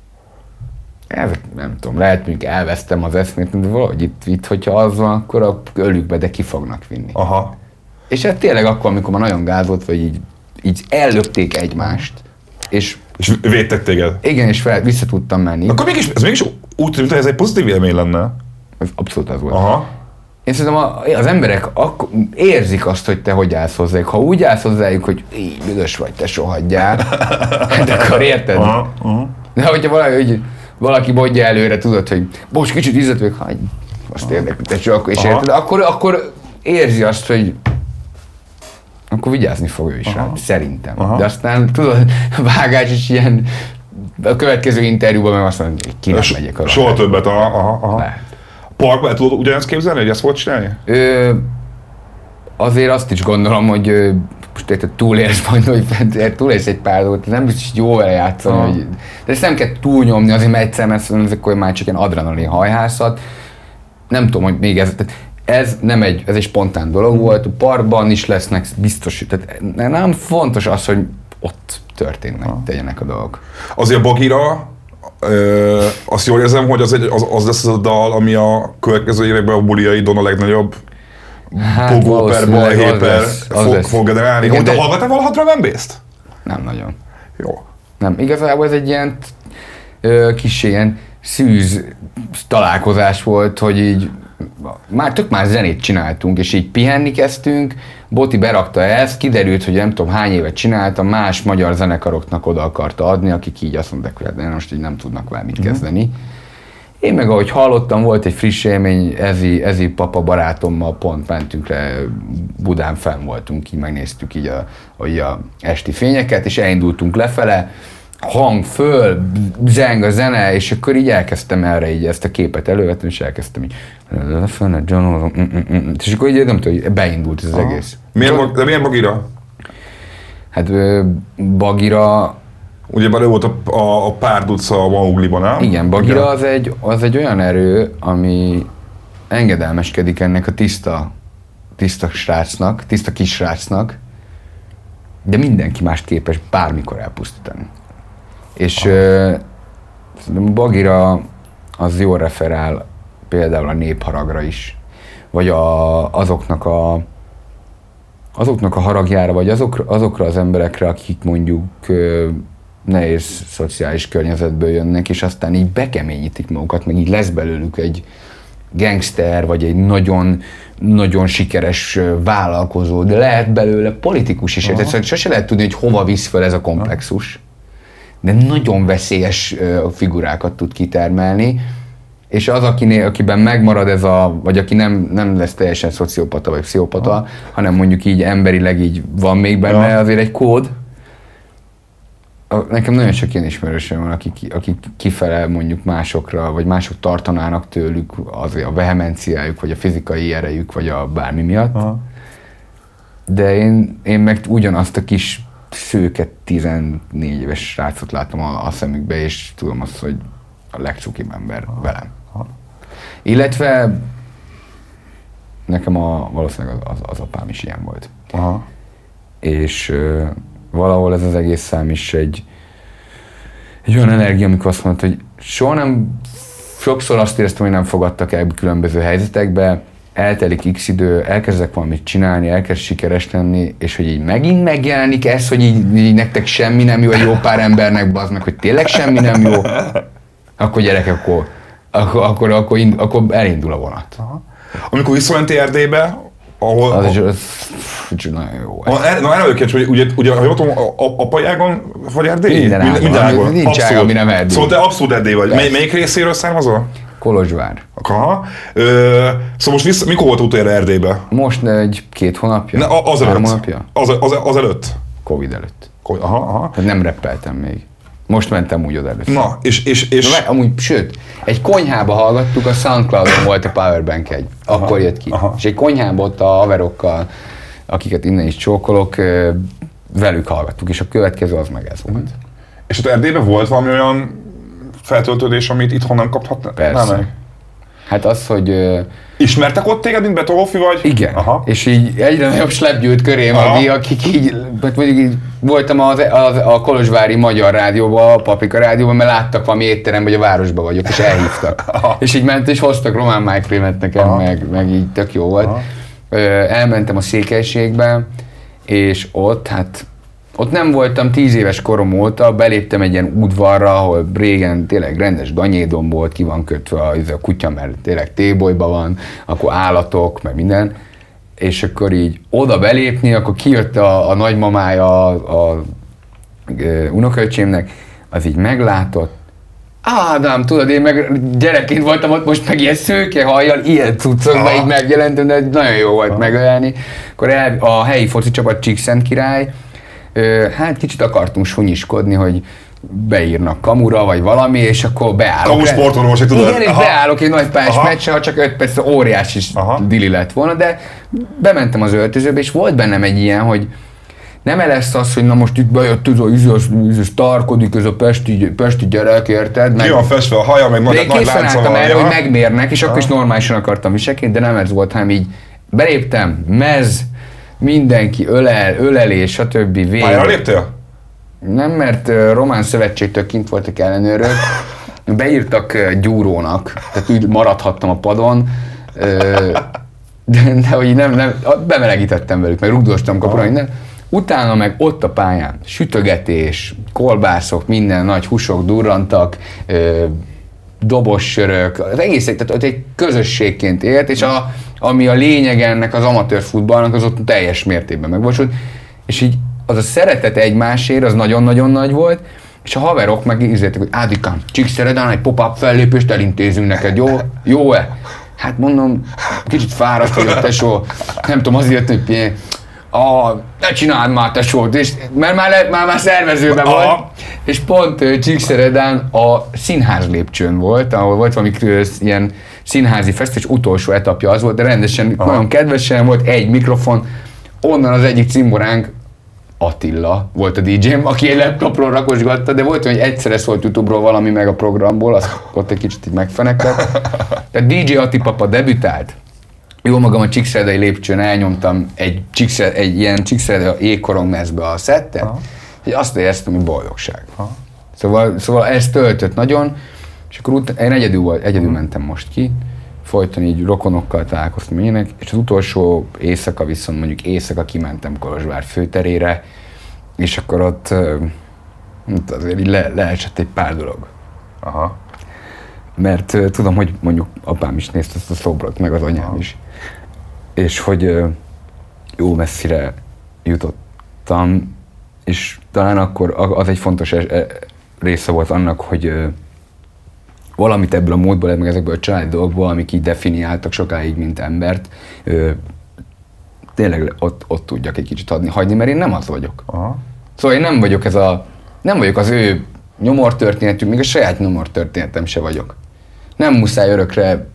nem tudom, lehet mondjuk elvesztem az eszmét, de valahogy itt hogyha az van, akkor ölük be, de ki fognak vinni. Aha. És hát tényleg akkor, amikor már nagyon gázolt, vagy így ellökték egymást, és védtek téged? Igen, és vissza tudtam menni. Akkor ez mégis úgy tűnt, hogy ez egy pozitív élmény lenne. Ez abszolút az volt. Aha. Én szerintem az emberek érzik azt, hogy te hogy állsz hozzájuk. Ha úgy állsz hozzájuk, hogy így büdös vagy, te sohadjál, de akkor érted? De hogyha valaki mondja előre, tudod, hogy bocs, kicsit ízlet vagyok, hagyj, azt érdekli, te csak, és érted? Akkor érzi azt, hogy akkor vigyázni fog ő is rá, szerintem. De aztán tudod, vágás is ilyen, a következő interjúban meg azt mondja, hogy ki nem megyek arra. Soha többet, Parkban tudod ugyanezt képzelni, hogy ezt fogod csinálni? Azért azt is gondolom, hogy most érted, túlélsz majd, hogy túlélsz egy pár dolgot, nem biztos, hogy jó vele játszani, de ezt nem kell túlnyomni, azért mert egyszer, mert ezek már csak ilyen adrenalin hajhászat. Nem tudom, hogy még ez egy spontán dolog volt, a parkban is lesznek biztos, tehát nem fontos az, hogy ott tegyenek a dolgok. Azért Bagira, azt jól érzem, hogy az lesz az a dal, ami a következő években a buliaidon a legnagyobb pogó per balhé per fog generálni. Te hallgattál valaha Drum & Bass-t? Nem nagyon. Jó. Nem, igazából ez egy ilyen kis ilyen szűz találkozás volt, hogy így már zenét csináltunk, és így pihenni kezdtünk, Boti berakta ezt, kiderült, hogy nem tudom hány évet csináltam, más magyar zenekaroknak oda akarta adni, akik így azt mondták, hogy hát most így nem tudnak vele mit kezdeni. Én meg ahogy hallottam, volt egy friss élmény, Ezi papa barátommal pont mentünk le, Budán fenn voltunk, így megnéztük így a esti fényeket, és elindultunk lefele, hang föl, zeng a zene, és akkor így elkezdtem erre így ezt a képet elővetni, és elkezdtem így lefele, és akkor így nem tudom, beindult ez az egész. Milyen Bagira? Hát Bagira... Ugyebár ő volt a Párduca a Maugliban, nem? Igen, Bagira az egy olyan erő, ami engedelmeskedik ennek a tiszta srácnak, tiszta kisrácnak, de mindenki mást képes bármikor elpusztítani. És Bagira az jól referál például a népharagra is, vagy azoknak a haragjára, vagy azokra az emberekre, akik mondjuk nehéz szociális környezetből jönnek, és aztán így bekeményítik magukat, meg így lesz belőlük egy gangster, vagy egy nagyon, nagyon sikeres vállalkozó, de lehet belőle politikus is. Tehát sose lehet tudni, hogy hova visz fel ez a komplexus, de nagyon veszélyes figurákat tud kitermelni, és az, akiben megmarad ez vagy aki nem lesz teljesen szociopata vagy pszichopata, hanem mondjuk így emberileg így van még benne azért egy kód. Nekem nagyon sok ilyen ismerősöm van, akik kifele mondjuk másokra, vagy mások tartanának tőlük azért a vehemenciájuk, vagy a fizikai erejük, vagy a bármi miatt. Aha. De én meg ugyanazt a kis szőke 14 éves srácot látom a szemükbe, és tudom azt, hogy a legcukibb ember velem. Aha. Illetve nekem valószínűleg az apám is ilyen volt. Aha. És valahol ez az egész szám is egy olyan energia, amikor azt mondta, hogy sokszor azt éreztem, hogy nem fogadtak el különböző helyzetekbe, eltelik x idő, elkezdek valamit csinálni, elkezd sikeres lenni, és hogy így megint megjelenik ez, hogy így nektek semmi nem jó, egy jó pár embernek bazd meg, hogy tényleg semmi nem jó, akkor gyerekek, akkor elindul a vonat. Aha. Amikor visszamenti Erdélybe, ahol... Az nagyon jó. Na erről kérdés, hogy ugye ha jól tudom, Apajágon vagy Erdély? Minden ágon. Nincs ág, ami nem Erdély. Szóval te abszolút Erdély vagy. Melyik részéről származol? Kolozsvár. Aha. Szóval most mikor volt utoljára Erdélybe? Most 2 hónapja. Három hónapja? Az előtt? Covid előtt. Aha. Tehát nem reppeltem még. Most mentem úgy oda először. Na, és... Amúgy, sőt, egy konyhába hallgattuk, a SoundCloudon volt a Powerbank akkor jött ki. Aha. És egy konyhába ott a haverokkal, akiket innen is csókolok, velük hallgattuk, és a következő az meg ez volt. És ott Erdélyben volt valami olyan feltöltődés, amit itthon nem kaphatna? Persze. Nem. Hát az, hogy... Ismertek ott téged, mint Betonhoffi vagy? Igen. Aha. És így egyre nagyobb slep gyűlt körém, akik így, mondjuk így voltam a Kolozsvári Magyar Rádióban, a Paprika Rádióban, mert láttak valami étteremben, hogy a városban vagyok, és elhívtak. És így ment, és hoztak román májkrémet nekem, meg így tök jó volt. Elmentem a Székelységbe, és ott nem voltam 10 éves korom óta, beléptem egy ilyen udvarra, ahol régen tényleg rendes danyédom volt, ki van kötve a kutya, mert tényleg tébolyban van, akkor állatok, meg minden. És akkor így oda belépni, akkor kijött a nagymamája a unokaöcsémnek, az így meglátott. Ádám, tudod, én meg gyerekként voltam ott, most meg ilyen szőkehajjal, ilyen cuccokban így megjelentem, de nagyon jó volt megölni. Akkor a helyi foci csapat Csíkszentkirály, hát kicsit akartunk sunyiskodni, hogy beírnak kamura, vagy valami, és akkor beállok. Kamusportolós, hogy tudod? Igen, és beállok egy nagy pályás meccsre, ha csak 5 perc óriási dili lett volna, de bementem az öltözőbe, és volt bennem egy ilyen, hogy nem lesz az, hogy na most itt bejött ez a sztárkodik, ez a pesti gyerek, érted? Ki van festve a haja, meg nagy lánca van. De készen álltam erre, hogy megmérnek, és akkor is normálisan akartam viselkedni, de nem ez volt, hanem így beléptem, mindenki ölelés, stb. Pályára léptél? Nem, mert román szövetségtől kint voltak ellenőrök, beírtak gyúrónak, tehát úgy maradhattam a padon, de hogy nem, bemelegítettem velük, meg rugdostam kapura, minden. Utána meg ott a pályán sütögetés, kolbászok, minden nagy húsok durrantak, dobossörök, az egész, tehát ott egy közösségként élt, és ami a lényeg ennek az amatőr futballnak, az ott teljes mértékben megvalósult, és így az a szeretet egymásért, az nagyon-nagyon nagy volt, És a haverok meg ízéltek, hogy Ádikám, Csíkszeredán egy pop-up fellépést elintézünk neked, jó? Jó-e? Hát mondom, kicsit fáradt vagyok, tesó, nem tudom, azért, hogy ne csináld már, tesó, és mert már szervezőben volt. És pont Csíkszeredán a színház lépcsőn volt, ahol volt valami ilyen színházi fesztivál, és utolsó etapja az volt, de rendesen, nagyon kedvesen volt, egy mikrofon, onnan az egyik cimboránk, Attila volt a DJ-m, aki egy laptopról rakosgatta, de volt, hogy egyszerre szólt YouTube-ról valami meg a programból, azt ott egy kicsit így megfeneklett. Tehát DJ Attipapa debütált. Jó magam a Csíkszeredai lépcsőn elnyomtam egy ilyen Csíkszeredai ékkorong mezbe a szettet, hogy azt éreztem, hogy boldogság. Szóval ez töltött nagyon, és akkor én egyedül mentem most ki, folyton így rokonokkal találkoztam ilyenek, és az utolsó éjszaka viszont mondjuk éjszaka kimentem Kolozsvár főterére, és akkor ott azért így leesett egy pár dolog. Aha. Mert tudom, hogy mondjuk apám is nézte ezt a szobrot, meg az anyám is. És hogy jó messzire jutottam, és talán akkor az egy fontos része volt annak, hogy valamit ebből a módból, meg ezekből a családi dolgokból, amik így definiáltak sokáig, mint embert, tényleg ott tudjak egy kicsit hagyni, mert én nem az vagyok. Aha. Szóval én nem vagyok az ő nyomortörténetük, még a saját nyomortörténetem se vagyok. Nem muszáj örökre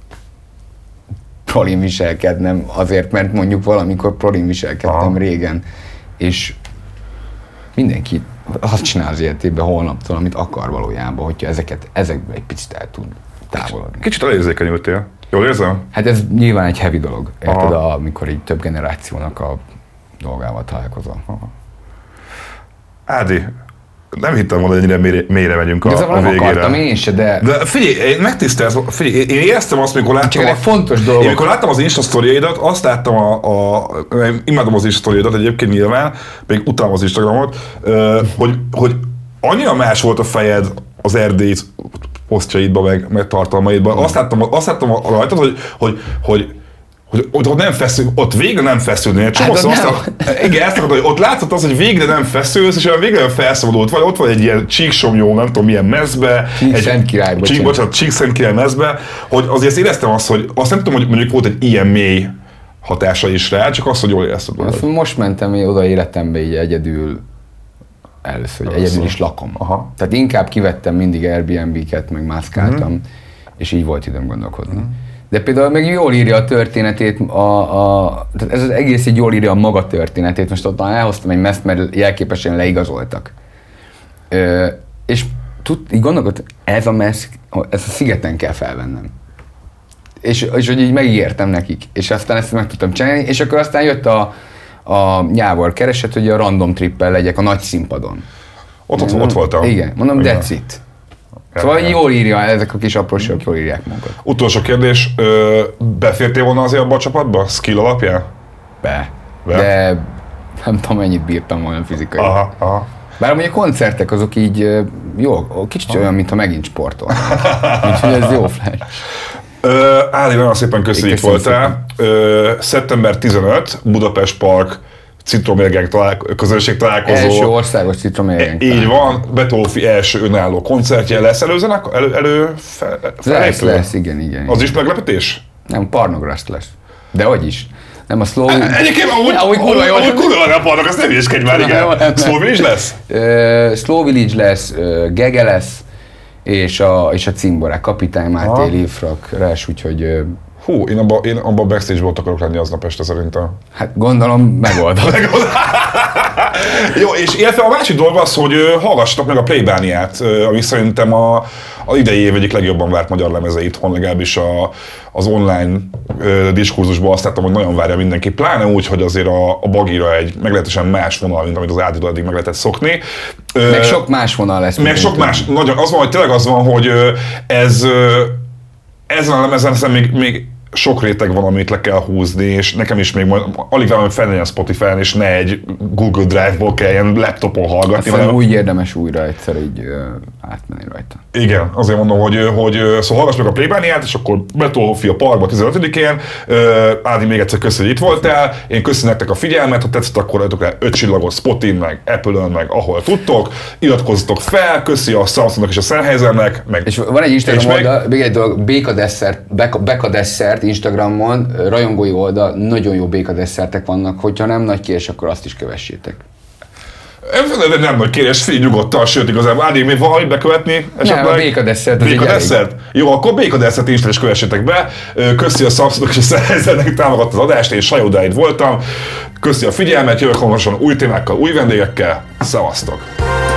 prolin viselkednem azért, mert mondjuk valamikor prolin viselkedtem régen, és mindenki azt csinál az életében holnaptól, amit akar valójában, hogyha ezekből egy picit el tud távolodni. Kicsit elérzékenyültél. Jól érzem? Hát ez nyilván egy heavy dolog, érted, amikor így több generációnak a dolgával találkozol. Ádi, nem hittem volna, hogy ennyire mélyre megyünk a végére. Nem akartam én se, de figyelj, megtisztelsz, figyelj, én éreztem azt, mikor láttam... Csak egy fontos dolog. Én mikor láttam az Insta sztoriaidat, azt láttam imádom az Insta sztoriaidat egyébként nyilván, még utálom az Instagramot, hogy annyira más volt a fejed az Erdély posztjaidban, meg tartalmaidban. Azt láttam rajtad, hogy ott nem feszül, ott végre nem feszülnél. Igen, ezt akarod, hogy ott látszott az, hogy végre nem feszülsz, és olyan végre nem felszabadult vagy. Ott van egy ilyen Csíksomlyó, nem tudom milyen mezbe. Csíkszentkirály mezbe, hogy azért éreztem azt, hogy azt nem tudom, hogy mondjuk volt egy ilyen mély hatása is rá, csak azt, hogy jól érezted. Most mentem oda életembe így egyedül, először, hogy egyedül is lakom. Aha. Tehát inkább kivettem mindig Airbnb-ket, meg mászkáltam, és így volt időm gondolkodni. De például meg jól írja a történetét, tehát ez az egész így jól írja a maga történetét. Most ott elhoztam egy meszt, mert jelképesen leigazoltak. És így gondolkodtam, ez a messz, ezt a szigeten kell felvennem. És hogy így megígértem nekik. És aztán ezt meg tudtam csinálni, és akkor aztán jött a nyávor kereset, hogy a random trippel legyek a nagy színpadon. Ott voltam. Igen, mondom, that's it. Szóval jól írja, ezek a kis apróságok jól írják magukat. Utolsó kérdés, befértél volna azért abba a csapatba, skill alapján? Be. De nem tudom, mennyit bírtam volna fizikai. Aha. Bár amúgy a koncertek azok így jó, kicsit olyan, mintha megint sportolnak. Úgyhogy ez jó flash. Ádi, nagyon szépen köszönjük voltál. Szeptember 15, Budapest Park, citromérgek közönség találkozó. Első országos citromérgek. Így van, Beethoven első önálló koncertje lesz Lesz, igen. Az is meglepetés? Nem, Parnograszt lesz. De hogy is? Nem a Slow... Egyébként ahogy kurva a Parnograszt, nem hülyeskedj már, igen. Slow Village lesz? Slow Village lesz, Gege lesz, és a cimborák, Kapitány Máté, Livfrak, Rás, úgyhogy... Hú, én abban a backstage-ból akarok lenni aznap este szerintem. Hát gondolom megoldom. Jó, és illetve a másik dolog az, hogy hallgassatok meg a Playbániát, ami szerintem az idei év egyik legjobban várt magyar lemeze itthon, legalábbis az online diskurzusban azt láttam, hogy nagyon várja mindenki, pláne úgy, hogy azért a Bagira egy meglehetősen más vonal, mint amit az Áditól eddig meg lehetett szokni. Meg sok más vonal lesz. Meg sok más, nagyon, az van, hogy tényleg az van, hogy ezen a lemezen még sok réteg van, amit le kell húzni, és nekem is még alig várom, hogy fel legyen Spotify-n, és ne egy Google Drive-ból kelljen laptopon hallgatni. Aztán úgy érdemes újra egyszer így átmenni rajta. Igen, azért mondom, hogy szóval hallgass meg a Plébániát, és akkor Beethoven a Parkba 15-én. Ádi, még egyszer köszönöm, hogy itt voltál. Én köszönöm nektek a figyelmet, ha tetszett, akkor adjatok rá 5 csillagos Spotin, meg Apple-ön, meg ahol tudtok. Iratkozzatok fel, köszi a Samsungnak és a Sennheisernek. És van egy Instagram oldal, még egy dolog, Béka Desszert Instagramon, rajongói oldal, nagyon jó békadesszertek vannak, hogyha nem nagy kérés, akkor azt is kövessétek. Nem nagy kérés, figyelj nyugodtan, sőt igazából Ádi, még van valamit bekövetni? Nem, a békadesszert. Békadesszert? Jó, akkor békadesszert Instán is kövessétek be. Köszi a Samsungnak és a Sennheisernek, támogatta az adást, én Sajó Dávid voltam. Köszi a figyelmet, jövök hamarosan új témákkal, új vendégekkel. Szevasztok!